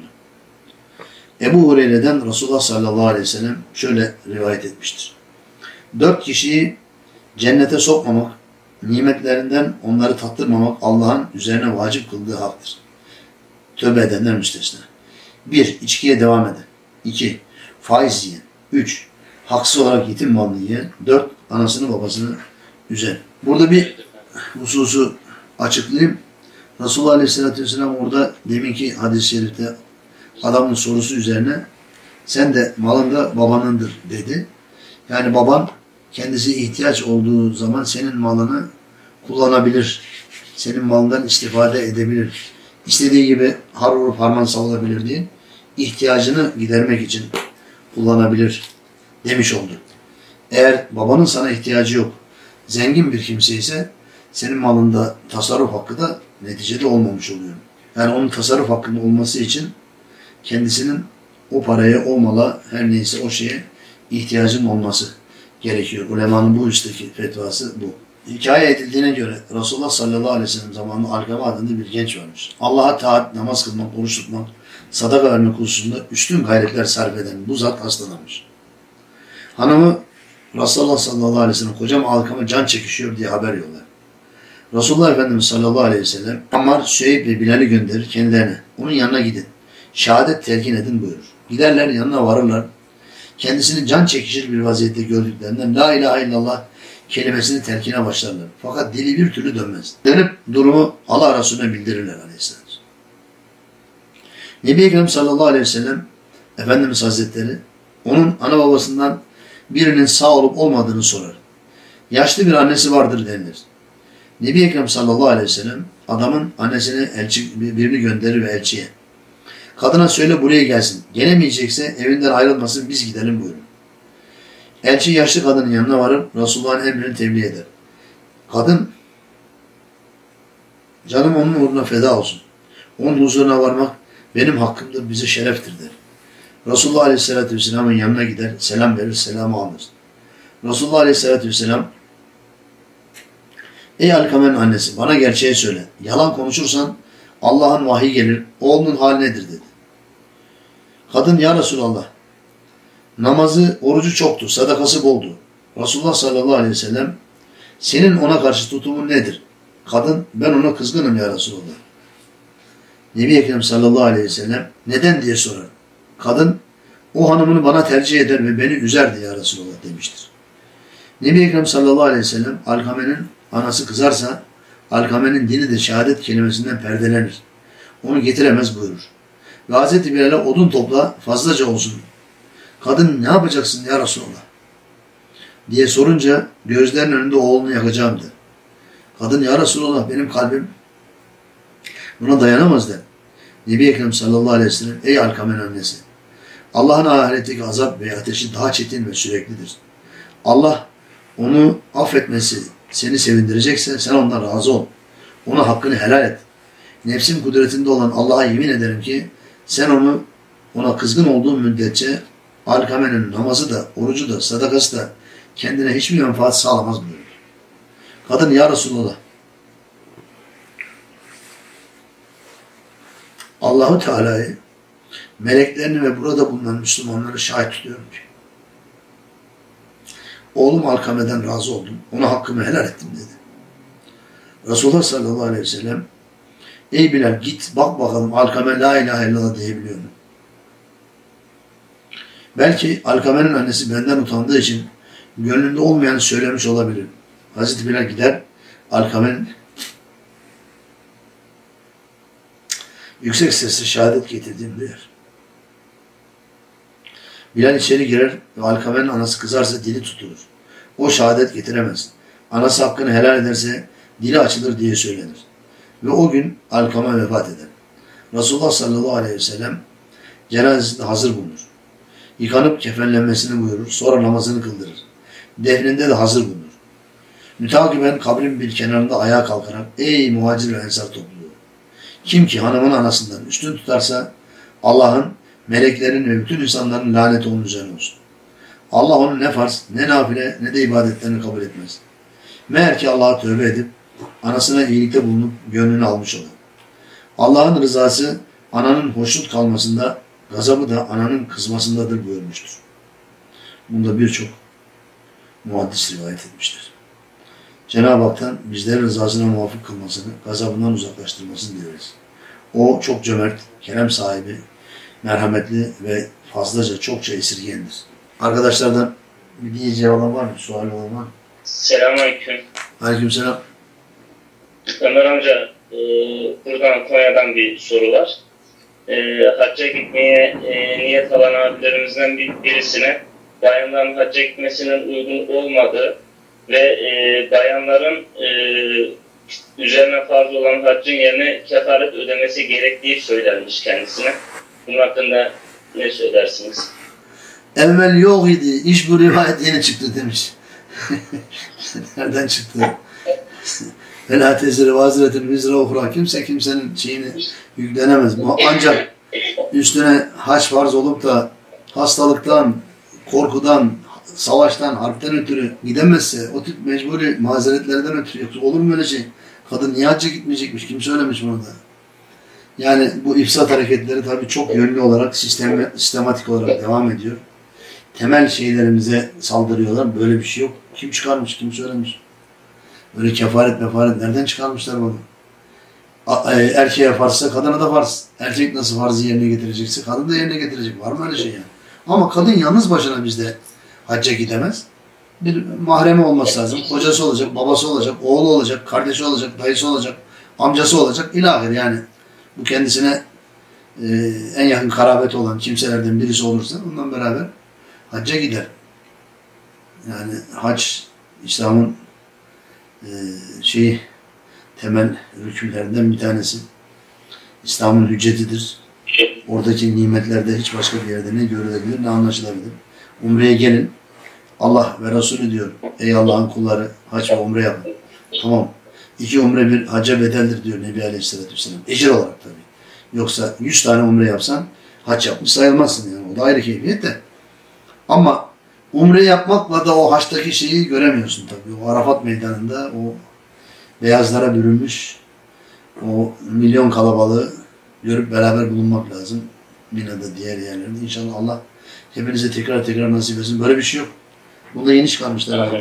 Ebu Hureyre'den Resulullah sallallahu aleyhi ve sellem şöyle rivayet etmiştir. Dört kişiyi cennete sokmamak, nimetlerinden onları tattırmamak Allah'ın üzerine vacip kıldığı haktır. Tövbe edenler müstesna. Bir, içkiye devam eden. İki, faiz yiyen. Üç, haksız olarak yetim malını yiyen. Dört, anasını babasını üzen. Burada bir hususu açıklayayım. Resulullah Aleyhisselatü Vesselam orada deminki hadis-i şerifte adamın sorusu üzerine sen de malın da babanındır dedi. Yani baban kendisi ihtiyaç olduğu zaman senin malını kullanabilir. Senin malından istifade edebilir. İstediği gibi har vurup harman savulabilir diye ihtiyacını gidermek için kullanabilir demiş oldu. Eğer babanın sana ihtiyacı yok, zengin bir kimse ise senin malında tasarruf hakkı da neticede olmamış oluyor. Yani onun tasarruf hakkının olması için kendisinin o paraya, o mala, her neyse o şeye ihtiyacının olması gerekiyor. Ulemanın bu üstteki fetvası bu. Hikaye edildiğine göre Resulullah sallallahu aleyhi ve sellem zamanında Alkame adında bir genç varmış. Allah'a taat, namaz kılmak, oruç tutmak, sadaka vermek hususunda üstün gayretler sarf eden bu zat hastalanmış. Hanımı Resulullah sallallahu aleyhi ve sellem kocam Alkame can çekişiyor diye haber yollar. Resulullah Efendimiz sallallahu aleyhi ve sellem Ammar, Süheyb ve Bilal'i gönderir kendilerine. Onun yanına gidin. Şehadet telkin edin buyurur. Giderler yanına varırlar. Kendisini can çekişir bir vaziyette gördüklerinden La ilahe illallah kelimesini telkine başlarlar. Fakat dili bir türlü dönmez. Dönüp durumu Allah Resulüne bildirirler aleyhisselam. Nebi Ekrem sallallahu aleyhi ve sellem Efendimiz Hazretleri onun ana babasından birinin sağ olup olmadığını sorar. Yaşlı bir annesi vardır denilir. Nebi Ekrem sallallahu aleyhi ve sellem adamın annesine elçi, birini gönderir ve elçiye. Kadına söyle buraya gelsin. Gelemeyecekse evinden ayrılmasın biz gidelim buyurun. Elçi yaşlı kadının yanına varır. Resulullah'ın emrini tebliğ eder. Kadın canım onun uğruna feda olsun. Onun huzuruna varmak benim hakkımdır, bize şereftir der. Resulullah Aleyhisselatü Vesselam'ın yanına gider, selam verir, selamı alır. Resulullah Aleyhisselatü Vesselam ey Alkame'nin annesi bana gerçeği söyle. Yalan konuşursan Allah'ın vahiy gelir, oğlunun hali nedir dedi. Kadın ya Resulallah namazı, orucu çoktu, sadakası boldu. Resulullah sallallahu aleyhi ve sellem senin ona karşı tutumun nedir? Kadın ben ona kızgınım ya Resulallah. Nebi Ekrem sallallahu aleyhi ve sellem neden diye sorar. Kadın o hanımını bana tercih eder ve beni üzerdi ya Resulallah demiştir. Nebi Ekrem sallallahu aleyhi ve sellem Alkame'nin anası kızarsa Alkame'nin dini de şehadet kelimesinden perdelenir. Onu getiremez buyurur. Ve Hazreti Bilal'e odun topla fazlaca olsun. Kadın ne yapacaksın ya Resulallah diye sorunca gözlerinin önünde oğlunu yakacağım der. Kadın ya Resulallah benim kalbim buna dayanamaz der. Nebi Ekrem sallallahu aleyhi ve sellem ey Alkame'nin annesi Allah'ın ahiretteki azap ve ateşi daha çetin ve süreklidir. Allah onu affetmesi seni sevindirecekse sen ondan razı ol. Ona hakkını helal et. Nefsin kudretinde olan Allah'a yemin ederim ki sen onu ona kızgın olduğun müddetçe Alkame'nin namazı da, orucu da, sadakası da kendine hiçbir menfaat sağlamaz buyurur. Kadın ya Resulallah Allah-u Teala'yı meleklerini ve burada bulunan Müslümanları şahit tutuyorum ki oğlum Alkame'den razı oldum. Ona hakkımı helal ettim dedi. Resulullah sallallahu aleyhi ve sellem ey Bilal git bak bakalım Alkame la ilahe illallah diyebiliyor mu? Belki Alkame'nin annesi benden utandığı için gönlünde olmayanı söylemiş olabilir. Hazreti Bilal gider Alkame'nin Yüksek sesle şehadet getirdiğimi duyar. Bilal içeri girer ve Alkame'nin anası kızarsa dili tutulur. O şehadet getiremez. Anası hakkını helal ederse dili açılır diye söylenir. Ve o gün Alkame vefat eder. Resulullah sallallahu aleyhi ve sellem cenazesinde hazır bulunur. Yıkanıp kefenlenmesini buyurur. Sonra namazını kıldırır. Defninde de hazır bulunur. Mütakiben kabrin bir kenarında ayağa kalkarak ey muhacir ve ensar topluluğu! Kim ki hanımın anasından üstün tutarsa Allah'ın, meleklerin ve bütün insanların laneti onun üzerine olsun. Allah onun ne farz, ne nafile, ne de ibadetlerini kabul etmez. Meğer ki Allah'a tövbe edip anasına iyilikte bulunup gönlünü almış olur. Allah'ın rızası ananın hoşnut kalmasında, gazabı da ananın kızmasındadır buyurmuştur. Bunda birçok muhaddis rivayet etmiştir. Cenab-ı Hak'tan bizleri rızasına muvafık kılmasını, gazabından uzaklaştırmasını dileriz. O çok cömert, kerem sahibi, merhametli ve fazlaca, çokça esirgeyendir. Arkadaşlardan bir diyeceği olan var mı? Sual olan var mı? Selamünaleyküm. Aleykümselam. Ömer amca, e, buradan Konya'dan bir soru var. E, hacca gitmeye e, niyet alan abilerimizden bir, birisine bayanların hacca gitmesinin uygun olmadığı ve e, bayanların e, üzerine farz olan haccın yerine kefaret ödemesi gerektiği söylenmiş kendisine. Bunun hakkında ne söylersiniz? Evvel yok idi, iş bu rivayet yeni çıktı demiş. Nereden çıktı? Vela teziri vaziretin vizre okura. Kimse kimsenin şeyini yüklenemez. Ancak üstüne hac farz olup da hastalıktan, korkudan, savaştan, harpten ötürü gidemezse, o tip mecburi mazeretlerden ötürü yoksa olur mu öyle şey? Kadın niye hacca gitmeyecekmiş? Kim söylemiş bunu da? Yani bu ifsat hareketleri tabii çok yönlü olarak, sistem, sistematik olarak devam ediyor. Temel şeylerimize saldırıyorlar. Böyle bir şey yok. Kim çıkarmış, kim söylemiş? Böyle kefaret mefaret nereden çıkarmışlar bunu? Erkeğe farzsa kadına da farz. Erkek nasıl farzı yerine getirecekse kadın da yerine getirecek. Var mı öyle şey yani? Ama kadın yalnız başına bizde hacca gidemez. Bir mahremi olması lazım. Kocası olacak, babası olacak, oğlu olacak, kardeşi olacak, dayısı olacak, amcası olacak. İlahir yani. Bu kendisine e, en yakın karabeti olan kimselerden birisi olursa ondan beraber hacca gider. Yani hac İslam'ın e, şeyi temel rükünlerinden bir tanesi. İslam'ın hüccetidir. Oradaki nimetlerde hiç başka bir yerde ne görülebilir ne anlaşılabilir. Umre'ye gelin. Allah ve Resulü diyor. Ey Allah'ın kulları hac ve umre yapın. Tamam. İki umre bir hacca bedeldir diyor Nebi Aleyhisselatü Vesselam. Ecir olarak tabii. Yoksa yüz tane umre yapsan hac yapmış sayılmazsın yani. O da ayrı keyfiyet de. Ama umre yapmakla da o haçtaki şeyi göremiyorsun tabii. O Arafat meydanında o beyazlara bürünmüş o milyon kalabalığı görüp beraber bulunmak lazım. Mina'da diğer yerlerde. İnşallah Allah hepinize tekrar tekrar nasip etsin. Böyle bir şey yok. Bunda yeni çıkarmışlar. Allah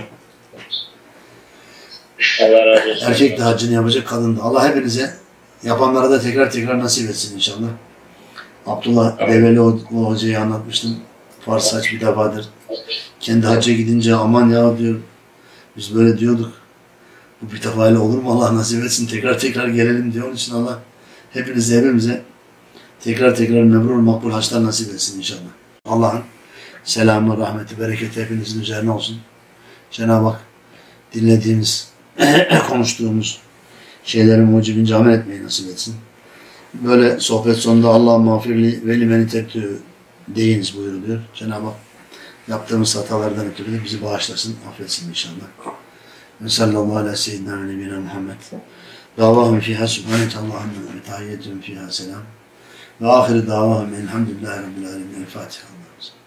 razı olsun. Erkek de haccını yapacak, kadın da. Allah hepinize yapanlara da tekrar tekrar nasip etsin inşallah. Abdullah Develi o, o hocayı anlatmıştım. Farz hac bir defadır. Kendi hacca gidince aman ya diyor. Biz böyle diyorduk. Bu bir defayla olur mu? Allah nasip etsin. Tekrar tekrar gelelim diyor. Onun için Allah hepinize hepimize tekrar tekrar mebrur makbul haçlar nasip etsin inşallah. Allah'ın selamı, rahmeti, bereketi hepinizin üzerine olsun. Cenab-ı Hak dinlediğimiz, konuştuğumuz şeylerin mucibince amel etmeyi nasip etsin. Böyle sohbet sonunda Allah'ın mağfirli ve limeni tektü deyiniz buyuruluyor. Cenab-ı Hak yaptığımız hatalardan ötürü de bizi bağışlasın, affetsin inşallah. Ve sallallahu aleyhi ve seyyidina nebine Muhammed. Davahum fiha subhanet Allahümme ve tahiyyetun fiha selam. Ve ahiri davahum elhamdülillahi rabbil alemin. El Fatiha.